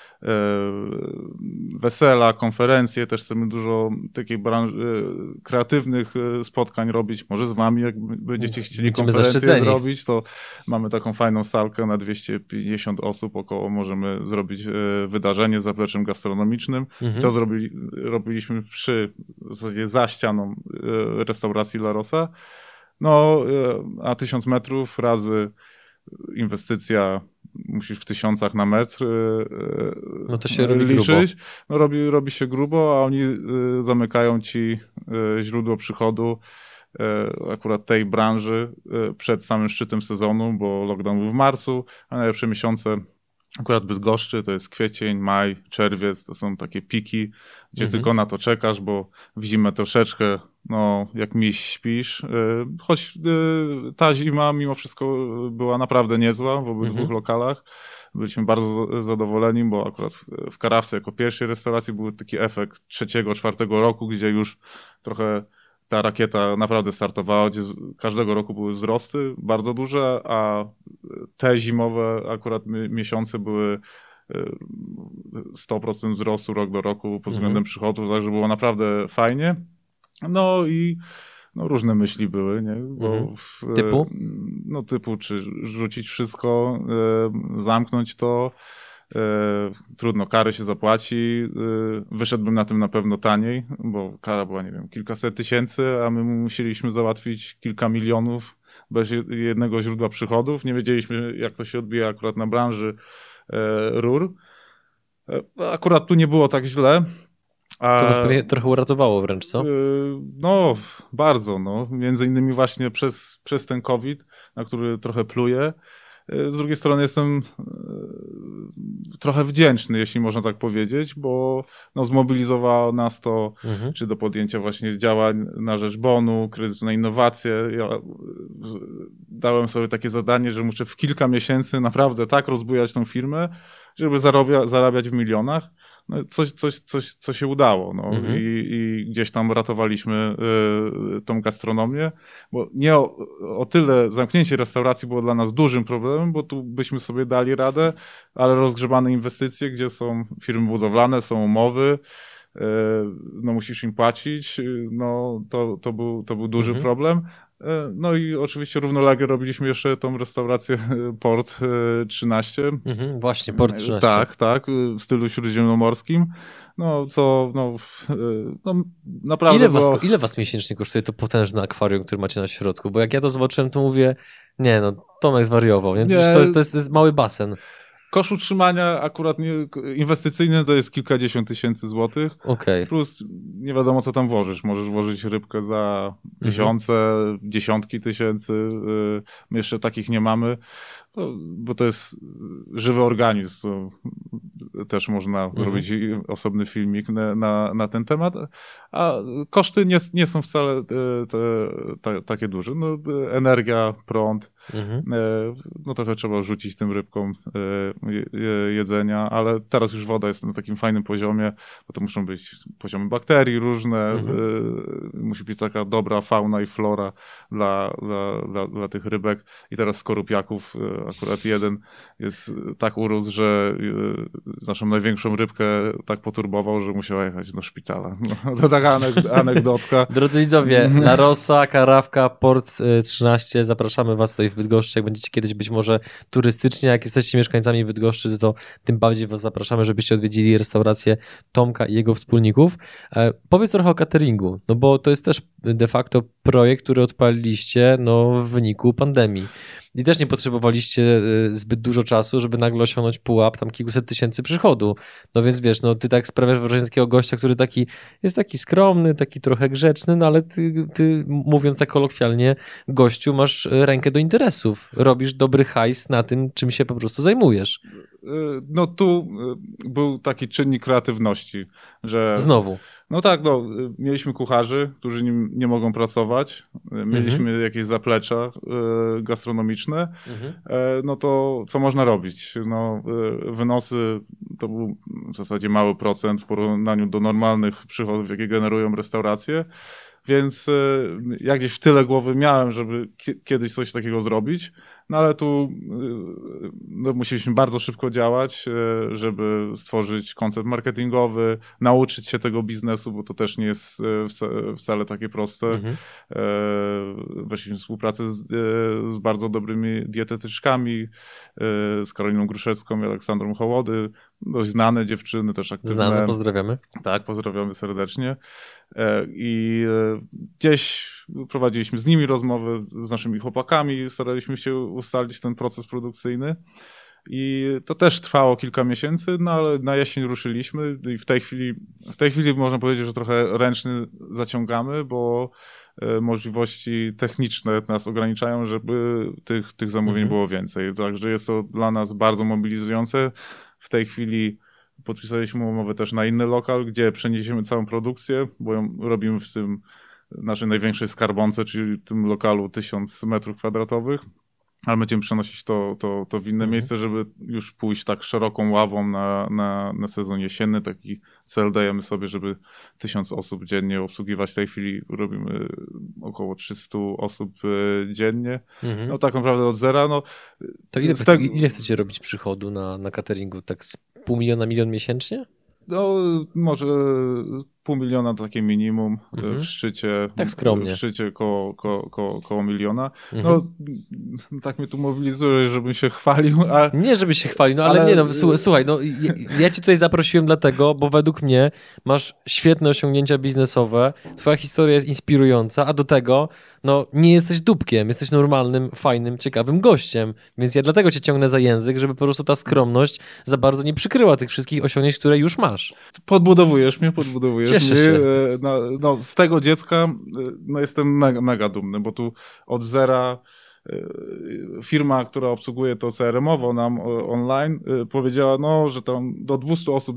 Speaker 2: wesela, konferencje, też chcemy dużo takich kreatywnych spotkań robić, może z wami, jak będziecie chcieli konferencję zrobić, to mamy taką fajną salkę na 250 osób około, możemy zrobić wydarzenie z zapleczem gastronomicznym. To robiliśmy w zasadzie za ścianą restauracji La Rosa. No, a 1000 metrów razy inwestycja, musisz w tysiącach na metr
Speaker 1: no to się robi
Speaker 2: liczyć.
Speaker 1: Grubo.
Speaker 2: No robi się grubo, a oni zamykają ci źródło przychodu akurat tej branży przed samym szczytem sezonu, bo lockdown był w marcu, a najlepsze miesiące akurat Bydgoszczy to jest kwiecień, maj, czerwiec, to są takie piki, gdzie tylko na to czekasz, bo w zimę troszeczkę, no jak miś śpisz, choć ta zima mimo wszystko była naprawdę niezła w obydwu lokalach. Byliśmy bardzo zadowoleni, bo akurat w Karawce jako pierwszej restauracji był taki efekt 3-4 roku, gdzie już trochę ta rakieta naprawdę startowała, gdzie każdego roku były wzrosty bardzo duże, a te zimowe akurat miesiące były 100% wzrostu rok do roku pod względem przychodów, także było naprawdę fajnie. No i różne myśli były, nie? Bo
Speaker 1: typu?
Speaker 2: No typu, czy rzucić wszystko, zamknąć to, trudno, kary się zapłaci, wyszedłbym na tym na pewno taniej, bo kara była, nie wiem, kilkaset tysięcy, a my musieliśmy załatwić kilka milionów bez jednego źródła przychodów, nie wiedzieliśmy jak to się odbija akurat na branży rur. Akurat tu nie było tak źle.
Speaker 1: To was pewnie trochę uratowało wręcz, co?
Speaker 2: No, bardzo, no. Między innymi właśnie przez ten COVID, na który trochę pluję. Z drugiej strony jestem trochę wdzięczny, jeśli można tak powiedzieć, bo no, zmobilizowało nas to, czy do podjęcia właśnie działań na rzecz bonu, kredytu na innowacje. Ja dałem sobie takie zadanie, że muszę w kilka miesięcy naprawdę tak rozbujać tą firmę, żeby zarabiać w milionach. No, co się udało. No. I gdzieś tam ratowaliśmy tą gastronomię, bo nie o tyle zamknięcie restauracji było dla nas dużym problemem, bo tu byśmy sobie dali radę, ale rozgrzebane inwestycje, gdzie są firmy budowlane, są umowy, no musisz im płacić, no to był duży problem. No i oczywiście równolegle robiliśmy jeszcze tą restaurację Port 13.
Speaker 1: Właśnie, Port 13.
Speaker 2: Tak, w stylu śródziemnomorskim. No naprawdę
Speaker 1: ile was miesięcznie kosztuje to potężne akwarium, które macie na środku? Bo jak ja to zobaczyłem, to mówię, nie no, Tomek zwariował, nie? To jest mały basen.
Speaker 2: Koszt utrzymania akurat inwestycyjny to jest kilkadziesiąt tysięcy złotych.
Speaker 1: Okay.
Speaker 2: Plus nie wiadomo co tam włożysz. Możesz włożyć rybkę za tysiące, dziesiątki tysięcy. My jeszcze takich nie mamy, bo to jest żywy organizm. też można zrobić osobny filmik na ten temat, a koszty nie są wcale takie duże. No, energia, prąd, no trochę trzeba rzucić tym rybkom jedzenia, ale teraz już woda jest na takim fajnym poziomie, bo to muszą być poziomy bakterii różne, musi być taka dobra fauna i flora dla tych rybek i teraz skorupiaków akurat jeden jest tak urósł, że naszą największą rybkę tak poturbował, że musiała jechać do szpitala. No, to taka anegdotka.
Speaker 1: Drodzy widzowie, La Rosa, Karawka, Port 13, zapraszamy was tutaj w Bydgoszczy, jak będziecie kiedyś być może turystycznie, jak jesteście mieszkańcami Bydgoszczy, to tym bardziej was zapraszamy, żebyście odwiedzili restaurację Tomka i jego wspólników. Powiedz trochę o cateringu, no bo to jest też de facto projekt, który odpaliliście w wyniku pandemii. I też nie potrzebowaliście zbyt dużo czasu, żeby nagle osiągnąć pułap tam kilkuset tysięcy przychodu. No więc wiesz, ty tak sprawiasz wrażenie takiego gościa, który jest taki skromny, taki trochę grzeczny, no ale ty mówiąc tak kolokwialnie, gościu, masz rękę do interesów. Robisz dobry hajs na tym, czym się po prostu zajmujesz.
Speaker 2: No tu był taki czynnik kreatywności, że...
Speaker 1: Znowu.
Speaker 2: No tak, mieliśmy kucharzy, którzy nie mogą pracować, mieliśmy jakieś zaplecza gastronomiczne, no to co można robić? No, wynosy to był w zasadzie mały procent w porównaniu do normalnych przychodów, jakie generują restauracje, więc ja gdzieś w tyle głowy miałem, żeby kiedyś coś takiego zrobić, no ale tu musieliśmy bardzo szybko działać, żeby stworzyć koncept marketingowy, nauczyć się tego biznesu, bo to też nie jest wcale takie proste. Weszliśmy w współpracę z bardzo dobrymi dietetyczkami, z Karoliną Gruszecką i Aleksandrą Hołody, dość znane dziewczyny, też aktywne.
Speaker 1: Znane, pozdrawiamy.
Speaker 2: Tak, pozdrawiamy serdecznie. I gdzieś prowadziliśmy z nimi rozmowy, z naszymi chłopakami, staraliśmy się ustalić ten proces produkcyjny i to też trwało kilka miesięcy, no ale na jesień ruszyliśmy i w tej chwili można powiedzieć, że trochę ręczny zaciągamy, bo możliwości techniczne nas ograniczają, żeby tych zamówień było więcej. Także jest to dla nas bardzo mobilizujące. W tej chwili podpisaliśmy umowę też na inny lokal, gdzie przeniesiemy całą produkcję, bo ją robimy w tym naszej największej skarbonce, czyli w tym lokalu 1000 metrów kwadratowych, ale będziemy przenosić to w inne miejsce, żeby już pójść tak szeroką ławą na sezon jesienny. Taki cel dajemy sobie, żeby 1000 osób dziennie obsługiwać. W tej chwili robimy około 300 osób dziennie. No tak naprawdę od zera. No,
Speaker 1: to ile chcecie robić przychodu na cateringu? Tak z 500 000, 1 milion miesięcznie?
Speaker 2: No, może 500 000 to takie minimum, w szczycie.
Speaker 1: Tak skromnie.
Speaker 2: W szczycie koło 1 miliona. No, tak mnie tu mobilizuje, żebym się chwalił.
Speaker 1: Nie, żebyś się chwalił, ale nie, słuchaj, ja cię tutaj zaprosiłem dlatego, bo według mnie masz świetne osiągnięcia biznesowe, twoja historia jest inspirująca, a do tego nie jesteś dupkiem, jesteś normalnym, fajnym, ciekawym gościem, więc ja dlatego cię ciągnę za język, żeby po prostu ta skromność za bardzo nie przykryła tych wszystkich osiągnięć, które już masz.
Speaker 2: Podbudowujesz mnie.
Speaker 1: Cieszę się.
Speaker 2: Z tego dziecka jestem mega dumny, bo tu od zera firma, która obsługuje to CRM-owo nam online, powiedziała, że tam do 200 osób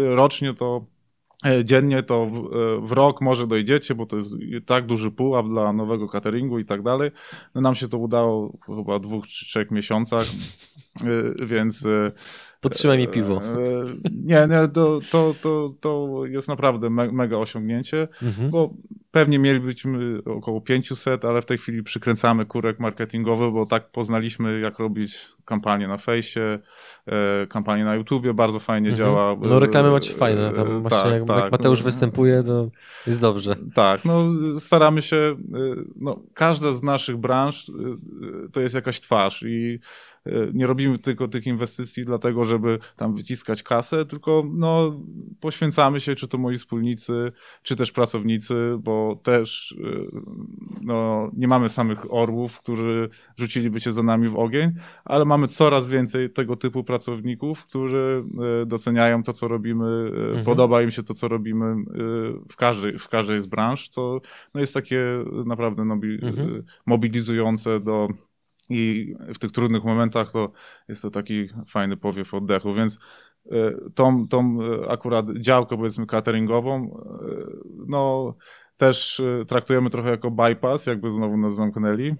Speaker 2: dziennie to w rok może dojdziecie, bo to jest tak duży pułap dla nowego cateringu i tak dalej. No nam się to udało chyba w 2 czy 3 miesiącach, więc...
Speaker 1: Podtrzymaj mi piwo.
Speaker 2: Nie, to jest naprawdę mega osiągnięcie, bo pewnie mielibyśmy około 500, ale w tej chwili przykręcamy kurek marketingowy, bo tak poznaliśmy, jak robić kampanię na fejsie, kampanię na YouTubie, bardzo fajnie działa.
Speaker 1: No reklamy macie fajne, tam właśnie jak Mateusz występuje, to jest dobrze.
Speaker 2: Tak, staramy się, każda z naszych branż to jest jakaś twarz i nie robimy tylko tych inwestycji dlatego, żeby tam wyciskać kasę, tylko poświęcamy się, czy to moi wspólnicy, czy też pracownicy, bo też nie mamy samych orłów, którzy rzuciliby się za nami w ogień, ale mamy coraz więcej tego typu pracowników, którzy doceniają to, co robimy, podoba im się to, co robimy w każdej z branż, co jest takie naprawdę mobilizujące i w tych trudnych momentach to jest to taki fajny powiew oddechu, więc tą akurat działkę, powiedzmy, cateringową, no też traktujemy trochę jako bypass, jakby znowu nas zamknęli,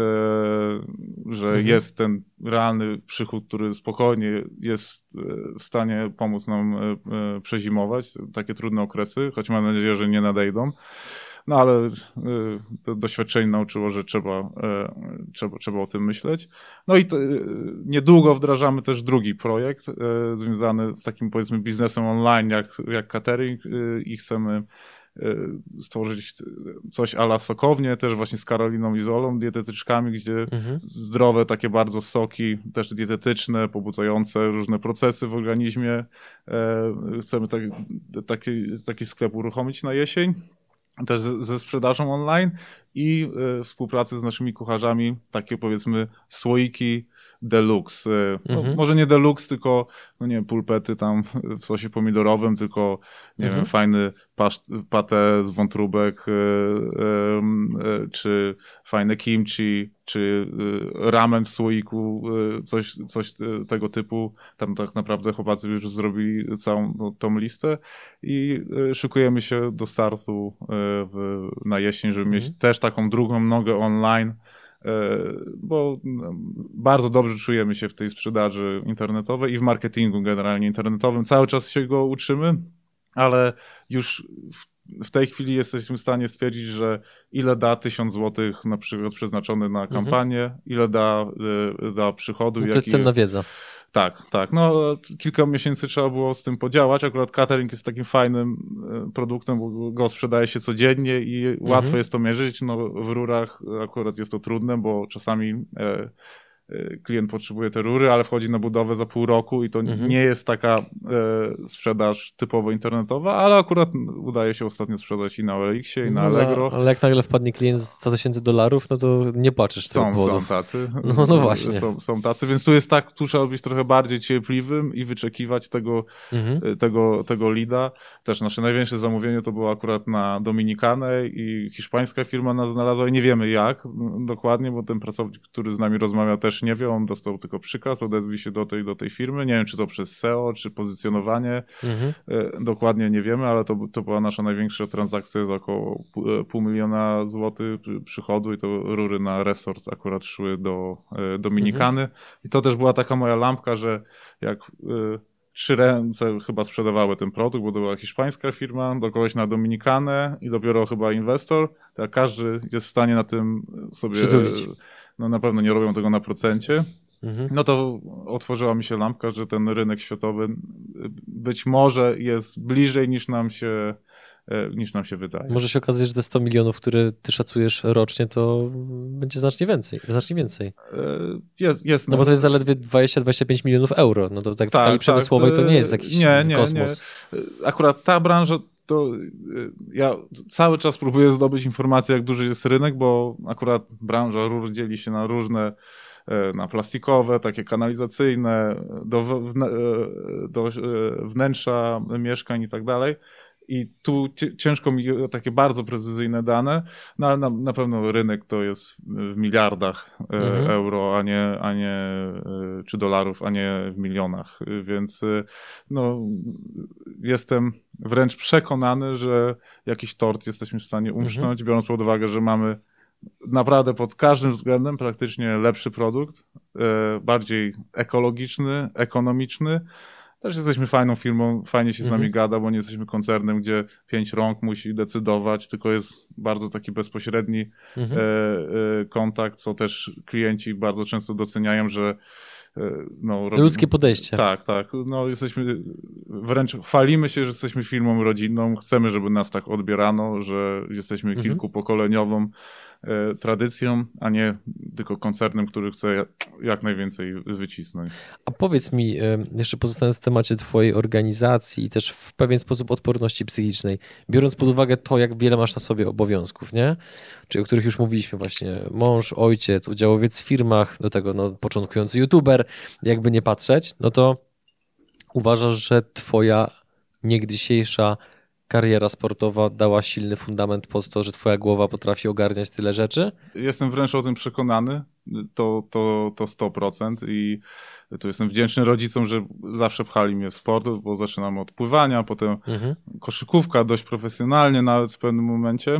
Speaker 2: że jest ten realny przychód, który spokojnie jest w stanie pomóc nam przezimować takie trudne okresy, choć mam nadzieję, że nie nadejdą. No ale to doświadczenie nauczyło, że trzeba o tym myśleć. No i niedługo wdrażamy też drugi projekt związany z takim, powiedzmy, biznesem online jak catering i chcemy stworzyć coś a la sokownie, też właśnie z Karoliną Izolą, dietetyczkami, gdzie zdrowe takie bardzo soki, też dietetyczne, pobudzające różne procesy w organizmie. Chcemy taki sklep uruchomić na jesień, też ze sprzedażą online i współpracy z naszymi kucharzami, takie, powiedzmy, słoiki deluxe. No, może nie deluxe, tylko no nie wiem, pulpety tam w sosie pomidorowym, tylko nie wiem, fajny patę z wątróbek, czy fajne kimchi, czy ramen w słoiku, coś tego typu. Tam tak naprawdę chłopacy już zrobili całą tą listę i szykujemy się do startu na jesień, żeby mieć też taką drugą nogę online, bo bardzo dobrze czujemy się w tej sprzedaży internetowej i w marketingu generalnie internetowym. Cały czas się go uczymy, ale już w tej chwili jesteśmy w stanie stwierdzić, że ile da 1000 zł na przykład przeznaczony na kampanię, ile da przychodu.
Speaker 1: No to jest cenna wiedza.
Speaker 2: Tak. No, kilka miesięcy trzeba było z tym podziałać. Akurat catering jest takim fajnym produktem, bo go sprzedaje się codziennie i łatwo jest to mierzyć. No, w rurach akurat jest to trudne, bo czasami klient potrzebuje te rury, ale wchodzi na budowę za pół roku i to nie jest taka sprzedaż typowo internetowa, ale akurat udaje się ostatnio sprzedać i na OLX-ie, i na Allegro.
Speaker 1: Ale jak nagle wpadnie klient za $100,000, no to nie płaczesz tego powodu.
Speaker 2: Są tacy.
Speaker 1: No właśnie.
Speaker 2: Są tacy, więc tu trzeba być trochę bardziej cierpliwym i wyczekiwać tego leada. Też nasze największe zamówienie to było akurat na Dominikanę i hiszpańska firma nas znalazła i nie wiemy jak dokładnie, bo ten pracownik, który z nami rozmawiał, też nie wie, on dostał tylko przykaz, odezwij się do tej firmy. Nie wiem, czy to przez SEO, czy pozycjonowanie. Dokładnie nie wiemy, ale to była nasza największa transakcja za około $500,000 złotych przychodu i to rury na resort akurat szły do Dominikany. I to też była taka moja lampka, że jak 3 ręce chyba sprzedawały ten produkt, bo to była hiszpańska firma, do kogoś na Dominikanę i dopiero chyba inwestor, to jak każdy jest w stanie na tym sobie
Speaker 1: przytulić.
Speaker 2: No na pewno nie robią tego na procencie, no to otworzyła mi się lampka, że ten rynek światowy być może jest bliżej niż nam się wydaje.
Speaker 1: Może się okazać, że te 100 milionów, które ty szacujesz rocznie, to będzie znacznie więcej.
Speaker 2: Jest.
Speaker 1: No bo to jest zaledwie 20-25 milionów euro. No to tak w skali przemysłowej to nie jest jakiś kosmos.
Speaker 2: Nie. Akurat ta branża to ja cały czas próbuję zdobyć informację, jak duży jest rynek, bo akurat branża rur dzieli się na różne, na plastikowe, takie kanalizacyjne, do wnętrza mieszkań i tak dalej. I tu ciężko mi o takie bardzo precyzyjne dane, no ale na pewno rynek to jest w miliardach euro, a nie czy dolarów, a nie w milionach. Więc no, jestem wręcz przekonany, że jakiś tort jesteśmy w stanie umknąć, biorąc pod uwagę, że mamy naprawdę pod każdym względem praktycznie lepszy produkt, bardziej ekologiczny, ekonomiczny. Też jesteśmy fajną firmą, fajnie się z nami gada, bo nie jesteśmy koncernem, gdzie 5 rąk musi decydować, tylko jest bardzo taki bezpośredni kontakt, co też klienci bardzo często doceniają, że
Speaker 1: ludzkie podejście.
Speaker 2: Tak. No, wręcz chwalimy się, że jesteśmy firmą rodzinną, chcemy, żeby nas tak odbierano, że jesteśmy kilkupokoleniową tradycją, a nie tylko koncernem, który chce jak najwięcej wycisnąć.
Speaker 1: A powiedz mi, jeszcze pozostając w temacie twojej organizacji i też w pewien sposób odporności psychicznej, biorąc pod uwagę to, jak wiele masz na sobie obowiązków, nie? Czyli o których już mówiliśmy właśnie, mąż, ojciec, udziałowiec w firmach, do tego początkujący youtuber, jakby nie patrzeć, no to uważasz, że twoja niegdysiejsza kariera sportowa dała silny fundament pod to, że twoja głowa potrafi ogarniać tyle rzeczy?
Speaker 2: Jestem wręcz o tym przekonany, to 100% i tu jestem wdzięczny rodzicom, że zawsze pchali mnie w sport, bo zaczynamy od pływania, potem koszykówka dość profesjonalnie nawet w pewnym momencie,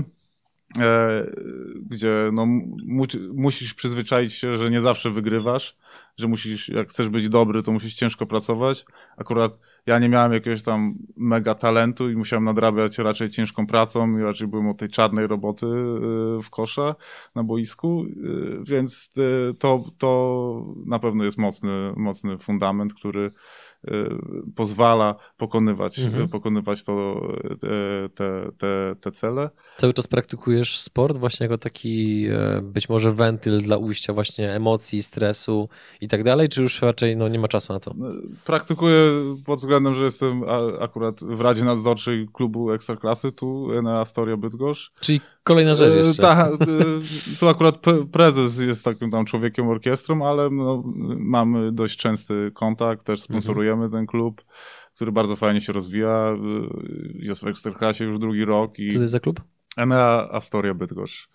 Speaker 2: gdzie no, musisz przyzwyczaić się, że nie zawsze wygrywasz, że musisz, jak chcesz być dobry, to musisz ciężko pracować. Akurat ja nie miałem jakiegoś tam mega talentu i musiałem nadrabiać raczej ciężką pracą i raczej byłem od tej czarnej roboty w kosza na boisku, więc to na pewno jest mocny fundament, który pozwala pokonywać te cele.
Speaker 1: Cały czas praktykujesz sport właśnie jako taki być może wentyl dla ujścia właśnie emocji, stresu i tak dalej, czy już raczej no, nie ma czasu na to?
Speaker 2: Praktykuję pod względem, że jestem akurat w Radzie Nadzorczej klubu Ekstraklasy tu na Astoria Bydgoszcz.
Speaker 1: Czyli kolejna rzecz jeszcze.
Speaker 2: Tu akurat prezes jest takim tam człowiekiem orkiestrą, ale no, mamy dość częsty kontakt, też sponsorujemy ten klub, który bardzo fajnie się rozwija. Jest w Ekstraklasie już drugi rok.
Speaker 1: Co to jest za klub?
Speaker 2: Enea Astoria Bydgoszcz.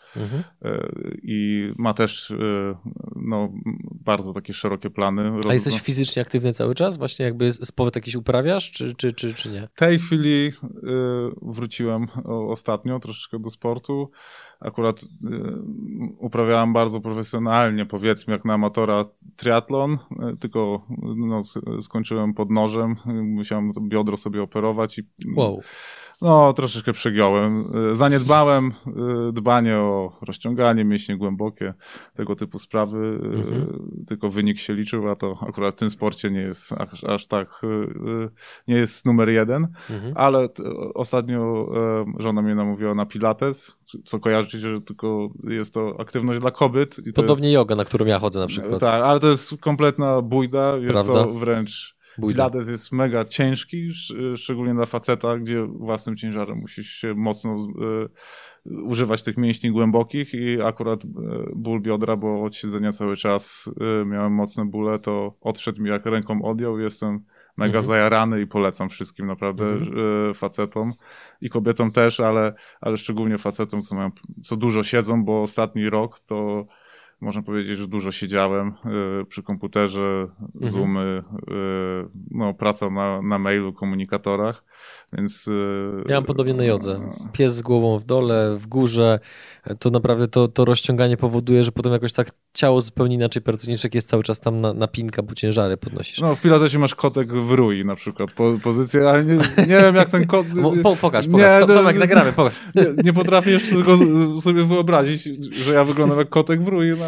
Speaker 2: I ma też no, bardzo takie szerokie plany.
Speaker 1: A jesteś fizycznie aktywny cały czas? Właśnie jakby sport jakiś uprawiasz, czy nie?
Speaker 2: W tej chwili wróciłem ostatnio troszeczkę do sportu. Akurat uprawiałem bardzo profesjonalnie, powiedzmy jak na amatora, triatlon, tylko no, skończyłem pod nożem, musiałem biodro sobie operować i
Speaker 1: wow.
Speaker 2: No, troszeczkę przegiąłem. Zaniedbałem dbanie o rozciąganie, mięśnie głębokie, tego typu sprawy. Tylko wynik się liczył, a to akurat w tym sporcie nie jest aż tak, nie jest numer jeden. Ale ostatnio żona mnie namówiła na pilates, co kojarzycie, że tylko jest to aktywność dla kobiet. I
Speaker 1: podobnie jest joga, na którą ja chodzę na przykład.
Speaker 2: Tak, ale to jest kompletna bujda. Jest Prawda? To wręcz... Pilates jest mega ciężki, szczególnie dla faceta, gdzie własnym ciężarem musisz się mocno używać tych mięśni głębokich i akurat ból biodra, bo od siedzenia cały czas miałem mocne bóle, to odszedł mi jak ręką odjął. Jestem mega zajarany i polecam wszystkim naprawdę facetom i kobietom też, ale szczególnie facetom, co dużo siedzą, bo ostatni rok to można powiedzieć, że dużo siedziałem przy komputerze, Zoomy, no, praca na mailu, komunikatorach, więc...
Speaker 1: Ja mam podobnie na jodze. Pies z głową w dole, w górze, to naprawdę to rozciąganie powoduje, że potem jakoś tak ciało zupełnie inaczej pracuje, niż jak jest cały czas tam napinka, bo ciężary podnosisz.
Speaker 2: No w pilatesie masz kotek w rui na przykład, pozycję, ale nie wiem jak ten kot...
Speaker 1: Pokaż. Tomek, nagramy, pokaż.
Speaker 2: Nie potrafię jeszcze tylko sobie wyobrazić, że ja wyglądam jak kotek w rui, no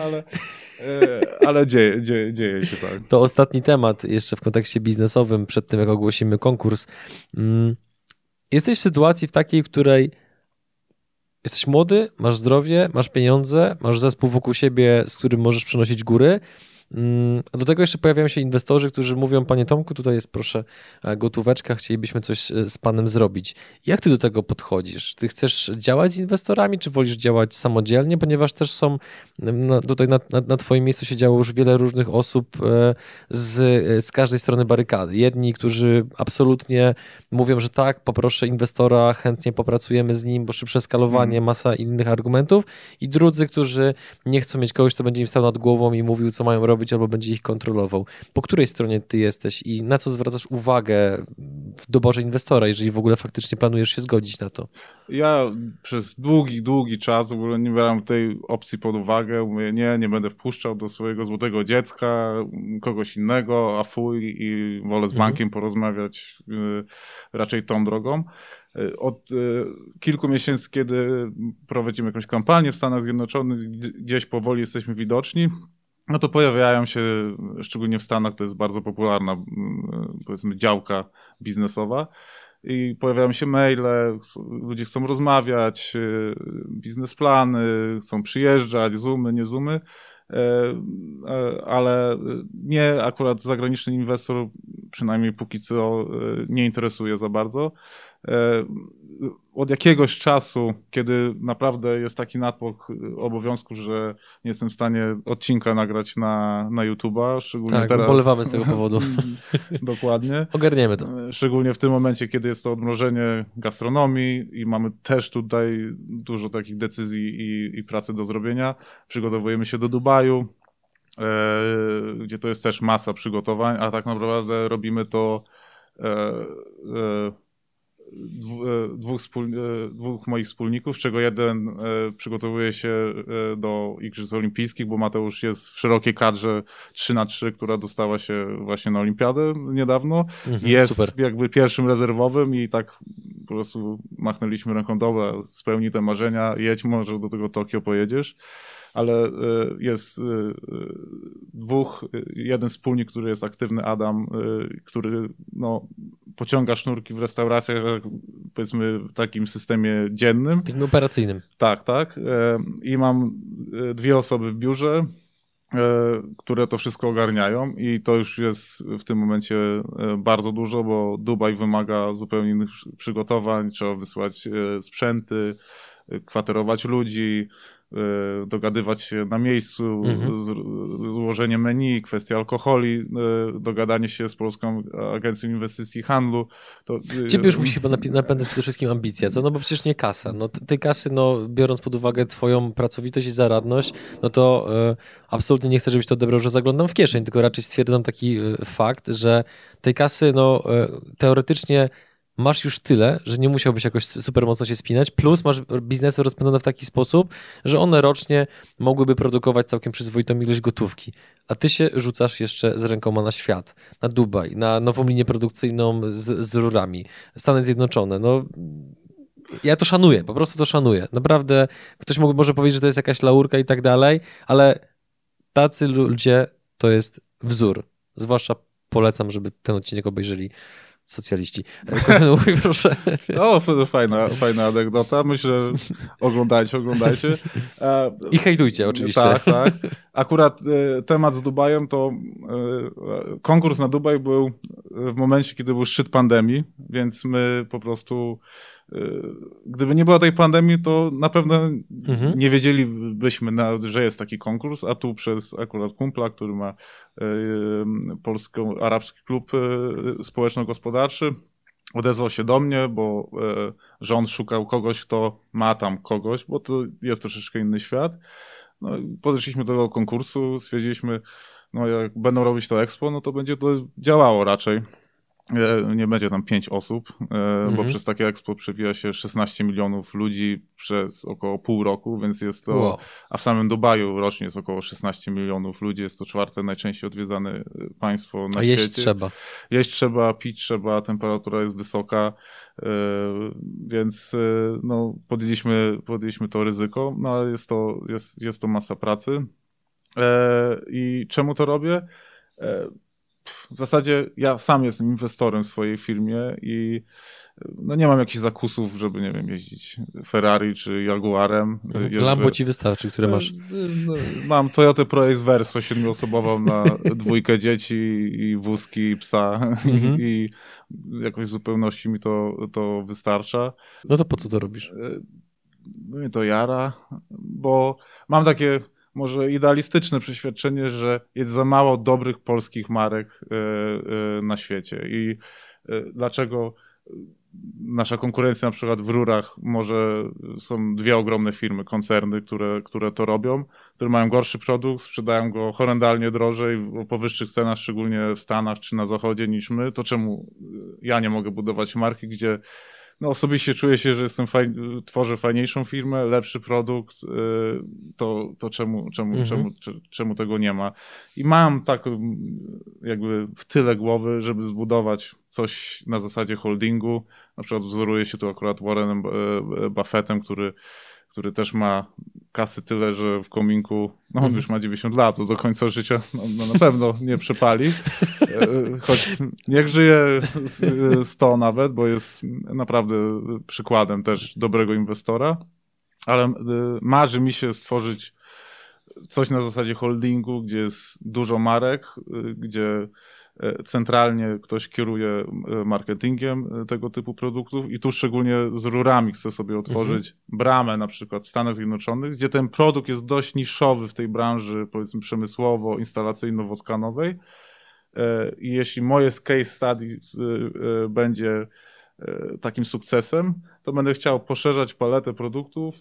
Speaker 2: ale dzieje się tak.
Speaker 1: To ostatni temat jeszcze w kontekście biznesowym, przed tym jak ogłosimy konkurs. Jesteś w sytuacji w takiej, w której jesteś młody, masz zdrowie, masz pieniądze, masz zespół wokół siebie, z którym możesz przynosić góry. A do tego jeszcze pojawiają się inwestorzy, którzy mówią: panie Tomku, tutaj jest proszę gotóweczka, chcielibyśmy coś z panem zrobić. Jak ty do tego podchodzisz? Ty chcesz działać z inwestorami, czy wolisz działać samodzielnie? Ponieważ też są, tutaj na twoim miejscu siedziało już wiele różnych osób z każdej strony barykady. Jedni, którzy absolutnie mówią, że tak, poproszę inwestora, chętnie popracujemy z nim, bo szybsze skalowanie, masa innych argumentów, i drudzy, którzy nie chcą mieć kogoś, kto będzie im stał nad głową i mówił, co mają robić, albo będzie ich kontrolował. Po której stronie ty jesteś i na co zwracasz uwagę w doborze inwestora, jeżeli w ogóle faktycznie planujesz się zgodzić na to?
Speaker 2: Ja przez długi czas w ogóle nie brałem tej opcji pod uwagę. Mówię, nie będę wpuszczał do swojego złotego dziecka kogoś innego, a fuj, i wolę z bankiem porozmawiać raczej tą drogą. Od kilku miesięcy, kiedy prowadzimy jakąś kampanię w Stanach Zjednoczonych, gdzieś powoli jesteśmy widoczni, no to pojawiają się, szczególnie w Stanach, to jest bardzo popularna, powiedzmy, działka biznesowa, i pojawiają się maile, ludzie chcą rozmawiać, biznesplany, chcą przyjeżdżać, Zoomy, nie Zoomy, ale mnie akurat zagraniczny inwestor, przynajmniej póki co, nie interesuje za bardzo. od jakiegoś czasu, kiedy naprawdę jest taki natłok obowiązków, że nie jestem w stanie odcinka nagrać na YouTube'a, szczególnie
Speaker 1: tak,
Speaker 2: teraz.
Speaker 1: ubolewamy z tego powodu.
Speaker 2: Dokładnie.
Speaker 1: Ogarniemy to.
Speaker 2: Szczególnie w tym momencie, kiedy jest to odmrożenie gastronomii i mamy też tutaj dużo takich decyzji i pracy do zrobienia. Przygotowujemy się do Dubaju, gdzie to jest też masa przygotowań, a tak naprawdę robimy to dwóch moich wspólników, z czego jeden przygotowuje się do Igrzysk Olimpijskich, bo Mateusz jest w szerokiej kadrze 3x3, która dostała się właśnie na olimpiadę niedawno. Jest
Speaker 1: super.
Speaker 2: jakby pierwszym rezerwowym i tak po prostu machnęliśmy ręką, dobra, spełnij te marzenia, jedź, może do tego Tokio pojedziesz. Ale jest jeden wspólnik, który jest aktywny, Adam, który no, pociąga sznurki w restauracjach, powiedzmy w takim systemie dziennym.
Speaker 1: Takim operacyjnym.
Speaker 2: Tak. I mam 2 osoby w biurze, które to wszystko ogarniają i to już jest w tym momencie bardzo dużo, bo Dubaj wymaga zupełnie innych przygotowań, trzeba wysłać sprzęty, kwaterować ludzi, dogadywać się na miejscu, złożenie menu, kwestia alkoholi, dogadanie się z Polską Agencją Inwestycji i Handlu.
Speaker 1: Ciebie już musi chyba napędzać przede wszystkim ambicja, co? No bo przecież nie kasa. No tej kasy, no biorąc pod uwagę twoją pracowitość i zaradność, no to absolutnie nie chcę, żebyś to odebrał, że zaglądam w kieszeń, tylko raczej stwierdzam taki fakt, że tej kasy, no teoretycznie masz już tyle, że nie musiałbyś jakoś super mocno się spinać, plus masz biznesy rozpędzone w taki sposób, że one rocznie mogłyby produkować całkiem przyzwoitą ilość gotówki, a ty się rzucasz jeszcze z rękoma na świat, na Dubaj, na nową linię produkcyjną z rurami, Stany Zjednoczone, no ja to szanuję, po prostu to szanuję. Naprawdę ktoś może powiedzieć, że to jest jakaś laurka i tak dalej, ale tacy ludzie to jest wzór. Zwłaszcza polecam, żeby ten odcinek obejrzeli socjaliści. Kontynuuj, proszę.
Speaker 2: O, fajna anegdota. Myślę, że oglądajcie.
Speaker 1: I hejtujcie oczywiście.
Speaker 2: Tak. Akurat temat z Dubajem to konkurs na Dubaj był w momencie, kiedy był szczyt pandemii, więc my po prostu gdyby nie było tej pandemii, to na pewno nie wiedzielibyśmy, że jest taki konkurs, a tu przez akurat kumpla, który ma polsko-arabski klub społeczno-gospodarczy, odezwał się do mnie, bo rząd szukał kogoś, kto ma tam kogoś, bo to jest troszeczkę inny świat. No, podeszliśmy do tego konkursu, stwierdziliśmy, no jak będą robić to Expo, no to będzie to działało raczej. Nie będzie tam 5 osób, bo przez takie Expo przewija się 16 milionów ludzi przez około pół roku, więc jest to, wow. A w samym Dubaju rocznie jest około 16 milionów ludzi, jest to 4. najczęściej odwiedzane państwo na świecie. Jeść trzeba, pić trzeba, temperatura jest wysoka, więc no, podjęliśmy to ryzyko, no ale jest to masa pracy. I czemu to robię? W zasadzie ja sam jestem inwestorem w swojej firmie i no nie mam jakichś zakusów, żeby, nie wiem, jeździć Ferrari czy Jaguarem.
Speaker 1: Lambo ci wystarczy, które masz.
Speaker 2: Mam Toyotę Proace Verso 7-osobową na 2 dzieci i wózki i psa i jakoś w zupełności mi to wystarcza.
Speaker 1: No to po co to robisz?
Speaker 2: Mnie to jara, bo mam takie może idealistyczne przeświadczenie, że jest za mało dobrych polskich marek na świecie. I dlaczego nasza konkurencja na przykład w rurach może są 2 ogromne firmy, koncerny, które to robią, które mają gorszy produkt, sprzedają go horrendalnie drożej, po wyższych cenach, szczególnie w Stanach czy na Zachodzie niż my, to czemu ja nie mogę budować marki, gdzie no osobiście czuję się, że tworzę fajniejszą firmę, lepszy produkt, to czemu tego nie ma? I mam tak jakby w tyle głowy, żeby zbudować coś na zasadzie holdingu. Na przykład wzoruje się tu akurat Warrenem Buffettem, który też ma kasy tyle, że w kominku, no on już ma 90 lat, to do końca życia no na pewno nie przepali. Choć niech żyje 100 nawet, bo jest naprawdę przykładem też dobrego inwestora, ale marzy mi się stworzyć coś na zasadzie holdingu, gdzie jest dużo marek, gdzie centralnie ktoś kieruje marketingiem tego typu produktów i tu szczególnie z rurami chcę sobie otworzyć bramę na przykład w Stanach Zjednoczonych, gdzie ten produkt jest dość niszowy w tej branży, powiedzmy przemysłowo-instalacyjno-wotkanowej. I jeśli moje case study będzie takim sukcesem, to będę chciał poszerzać paletę produktów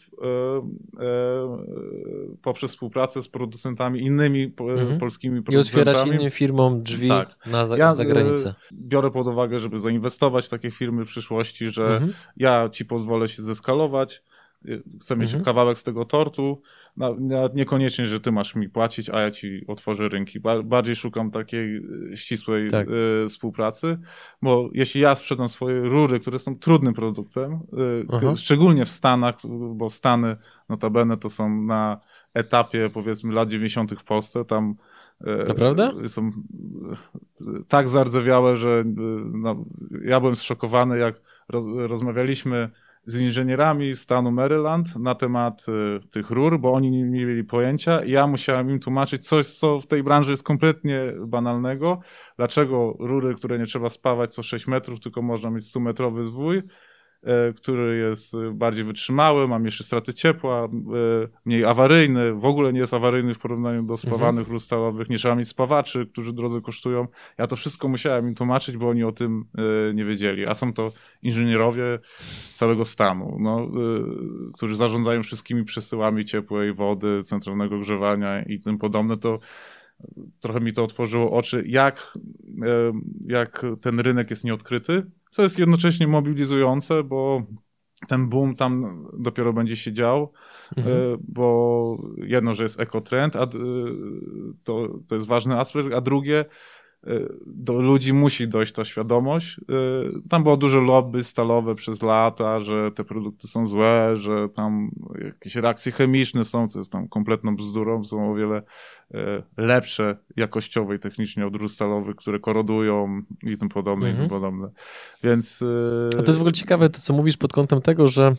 Speaker 2: poprzez współpracę z producentami, innymi polskimi producentami.
Speaker 1: I otwierać innym firmom drzwi na zagranicę.
Speaker 2: Biorę pod uwagę, żeby zainwestować w takie firmy w przyszłości, że ja ci pozwolę się zeskalować, chcę mieć kawałek z tego tortu, nawet niekoniecznie, że ty masz mi płacić, a ja ci otworzę rynki. Bardziej szukam takiej ścisłej współpracy, bo jeśli ja sprzedam swoje rury, które są trudnym produktem, szczególnie w Stanach, bo Stany notabene to są na etapie powiedzmy lat 90. w Polsce, tam
Speaker 1: naprawdę?
Speaker 2: Są tak zardzewiałe, że ja byłem zszokowany, jak rozmawialiśmy z inżynierami stanu Maryland na temat tych rur, bo oni nie mieli pojęcia i ja musiałem im tłumaczyć coś, co w tej branży jest kompletnie banalnego. Dlaczego rury, które nie trzeba spawać co 6 metrów, tylko można mieć 100-metrowy zwój, który jest bardziej wytrzymały, ma mniejsze straty ciepła, mniej awaryjny, w ogóle nie jest awaryjny w porównaniu do spawanych rur stalowych, nie trzeba mieć spawaczy, którzy drodzy kosztują. Ja to wszystko musiałem im tłumaczyć, bo oni o tym nie wiedzieli, a są to inżynierowie całego stanu, którzy zarządzają wszystkimi przesyłami ciepłej wody, centralnego grzewania i tym podobne. To trochę mi to otworzyło oczy, jak ten rynek jest nieodkryty, co jest jednocześnie mobilizujące, bo ten boom tam dopiero będzie się dział, bo jedno, że jest ekotrend, a to jest ważny aspekt, a drugie, do ludzi musi dojść ta świadomość. Tam było duże lobby stalowe przez lata, że te produkty są złe, że tam jakieś reakcje chemiczne są, co jest tam kompletną bzdurą, są o wiele lepsze jakościowo i technicznie od rur stalowych, które korodują i tym podobne, i tym podobne. Więc...
Speaker 1: A to jest w ogóle ciekawe to, co mówisz pod kątem tego, że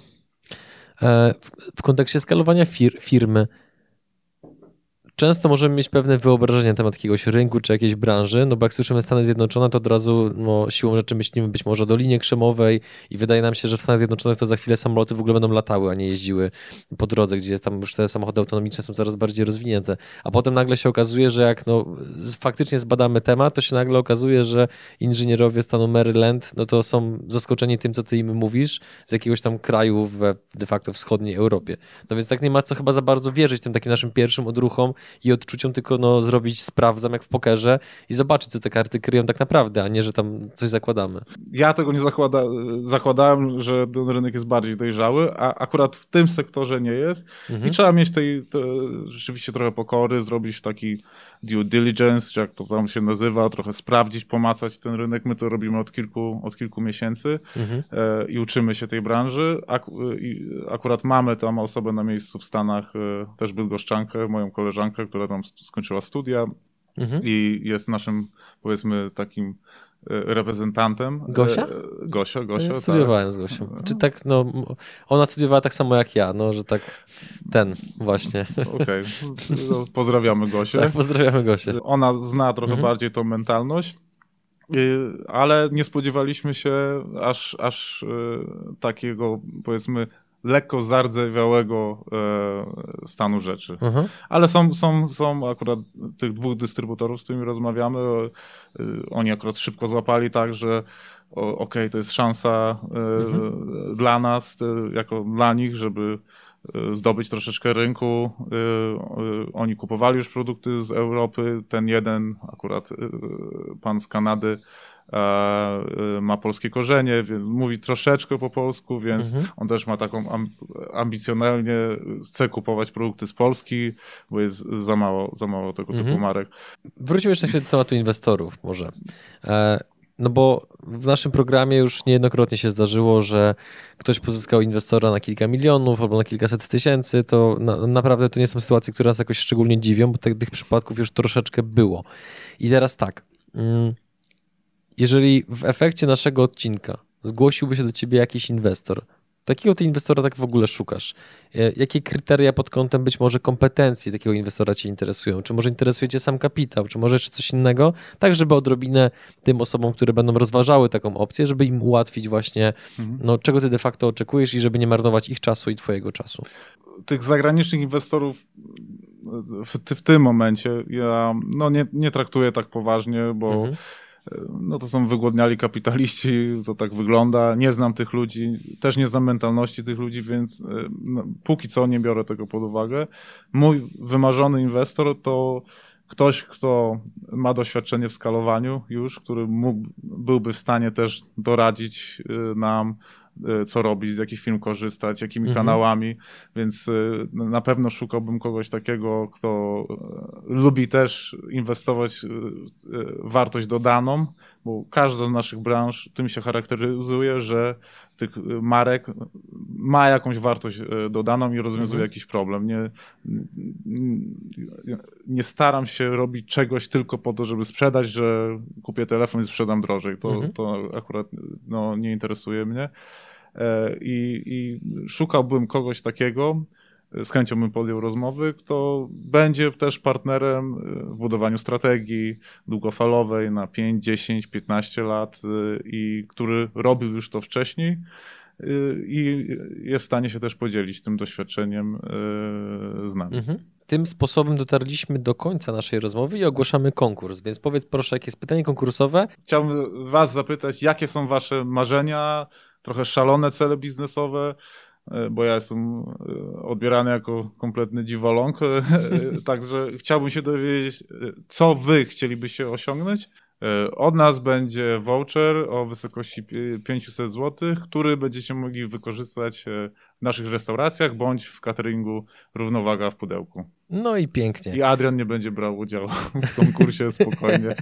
Speaker 1: w kontekście skalowania firmy często możemy mieć pewne wyobrażenie na temat jakiegoś rynku czy jakiejś branży, no bo jak słyszymy Stany Zjednoczone, to od razu siłą rzeczy myślimy być może o Dolinie Krzemowej i wydaje nam się, że w Stanach Zjednoczonych to za chwilę samoloty w ogóle będą latały, a nie jeździły po drodze, gdzie tam już te samochody autonomiczne są coraz bardziej rozwinięte. A potem nagle się okazuje, że jak faktycznie zbadamy temat, to się nagle okazuje, że inżynierowie stanu Maryland, no to są zaskoczeni tym, co ty im mówisz, z jakiegoś tam kraju we de facto wschodniej Europie. No więc tak nie ma co chyba za bardzo wierzyć tym takim naszym pierwszym odruchom i odczuciom, tylko zrobić sprawdzam jak w pokerze i zobaczyć, co te karty kryją tak naprawdę, a nie, że tam coś zakładamy.
Speaker 2: Ja tego nie zakładałem, że ten rynek jest bardziej dojrzały, a akurat w tym sektorze nie jest i trzeba mieć rzeczywiście trochę pokory, zrobić taki due diligence, jak to tam się nazywa, trochę sprawdzić, pomacać ten rynek. My to robimy od kilku miesięcy i uczymy się tej branży. Akurat mamy tam osobę na miejscu w Stanach, też bydgoszczankę, moją koleżankę, która tam skończyła studia i jest naszym, powiedzmy, takim reprezentantem.
Speaker 1: Gosia?
Speaker 2: Gosia.
Speaker 1: Ja studiowałem z Gosią. Czy tak, ona studiowała tak samo jak ja, że tak właśnie.
Speaker 2: Okej. Pozdrawiamy Gosię.
Speaker 1: Tak, pozdrawiamy Gosię.
Speaker 2: Ona zna trochę bardziej tą mentalność, ale nie spodziewaliśmy się aż takiego, powiedzmy, lekko zardzewiałego stanu rzeczy. Ale są akurat tych dwóch dystrybutorów, z którymi rozmawiamy, oni akurat szybko złapali tak, że okej, to jest szansa dla nas, jako dla nich, żeby zdobyć troszeczkę rynku. Oni kupowali już produkty z Europy. Ten jeden, akurat pan z Kanady, ma polskie korzenie, mówi troszeczkę po polsku, więc on też ma taką ambicjonalnie, chce kupować produkty z Polski, bo jest za mało tego typu marek.
Speaker 1: Wróćmy jeszcze do tematu inwestorów może. No bo w naszym programie już niejednokrotnie się zdarzyło, że ktoś pozyskał inwestora na kilka milionów albo na kilkaset tysięcy, to naprawdę to nie są sytuacje, które nas jakoś szczególnie dziwią, bo tych przypadków już troszeczkę było. I teraz tak, jeżeli w efekcie naszego odcinka zgłosiłby się do ciebie jakiś inwestor, Takiego ty inwestora tak w ogóle szukasz? Jakie kryteria pod kątem być może kompetencji takiego inwestora cię interesują? Czy może interesuje cię sam kapitał? Czy może jeszcze coś innego? Tak, żeby odrobinę tym osobom, które będą rozważały taką opcję, żeby im ułatwić właśnie, no, czego ty de facto oczekujesz i żeby nie marnować ich czasu i twojego czasu.
Speaker 2: Tych zagranicznych inwestorów w tym momencie ja nie traktuję tak poważnie, bo no to są wygłodniali kapitaliści, to tak wygląda. Nie znam tych ludzi, też nie znam mentalności tych ludzi, więc póki co nie biorę tego pod uwagę. Mój wymarzony inwestor to ktoś, kto ma doświadczenie w skalowaniu już, który byłby w stanie też doradzić nam, co robić, z jakich firm korzystać, jakimi kanałami, więc na pewno szukałbym kogoś takiego, kto lubi też inwestować wartość dodaną, bo każda z naszych branż tym się charakteryzuje, że tych marek ma jakąś wartość dodaną i rozwiązuje jakiś problem. Nie staram się robić czegoś tylko po to, żeby sprzedać, że kupię telefon i sprzedam drożej. To akurat nie interesuje mnie. I szukałbym kogoś takiego, z chęcią bym podjął rozmowy, kto będzie też partnerem w budowaniu strategii długofalowej na 5, 10, 15 lat i który robił już to wcześniej i jest w stanie się też podzielić tym doświadczeniem z nami.
Speaker 1: Tym sposobem dotarliśmy do końca naszej rozmowy i ogłaszamy konkurs, więc powiedz proszę, jakie jest pytanie konkursowe?
Speaker 2: Chciałbym was zapytać, jakie są wasze marzenia, trochę szalone cele biznesowe, bo ja jestem odbierany jako kompletny dziwoląg, także chciałbym się dowiedzieć, co wy chcielibyście osiągnąć. Od nas będzie voucher o wysokości 500 zł, który będziecie mogli wykorzystać w naszych restauracjach bądź w cateringu Równowaga w pudełku.
Speaker 1: No i pięknie.
Speaker 2: I Adrian nie będzie brał udziału w konkursie, spokojnie.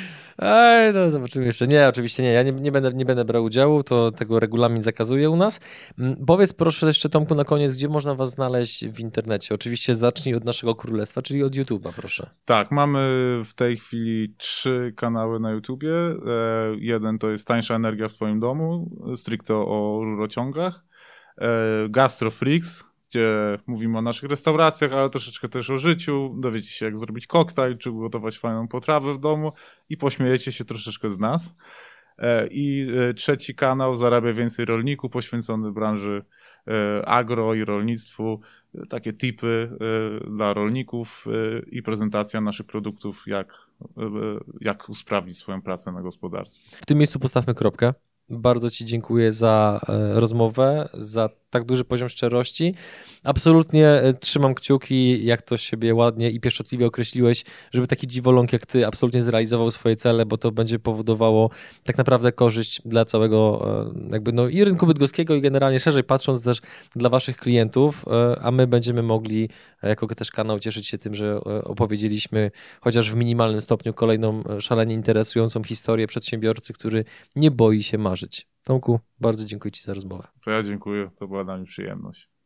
Speaker 1: No zobaczymy jeszcze. Nie, oczywiście nie. Ja nie będę brał udziału, to tego regulamin zakazuje u nas. Powiedz proszę jeszcze, Tomku, na koniec, gdzie można was znaleźć w internecie? Oczywiście zacznij od naszego królestwa, czyli od YouTube'a, proszę.
Speaker 2: Tak, mamy w tej chwili 3 kanały na YouTubie. Jeden to jest Tańsza energia w twoim domu, stricte o rurociągach. Gastro Freaks, gdzie mówimy o naszych restauracjach, ale troszeczkę też o życiu. Dowiecie się, jak zrobić koktajl, czy ugotować fajną potrawę w domu i pośmiejecie się troszeczkę z nas. I trzeci kanał Zarabia Więcej Rolniku, poświęcony branży agro i rolnictwu. Takie tipy dla rolników i prezentacja naszych produktów, jak usprawnić swoją pracę na gospodarstwie.
Speaker 1: W tym miejscu postawmy kropkę. Bardzo ci dziękuję za rozmowę, za tak duży poziom szczerości. Absolutnie trzymam kciuki, jak to siebie ładnie i pieszczotliwie określiłeś, żeby taki dziwoląg jak ty absolutnie zrealizował swoje cele, bo to będzie powodowało tak naprawdę korzyść dla całego i rynku bydgoskiego i generalnie szerzej patrząc też dla waszych klientów, a my będziemy mogli jako też kanał cieszyć się tym, że opowiedzieliśmy chociaż w minimalnym stopniu kolejną szalenie interesującą historię przedsiębiorcy, który nie boi się marzyć. Tomku, bardzo dziękuję ci za rozmowę.
Speaker 2: To ja dziękuję, to była dla mnie przyjemność.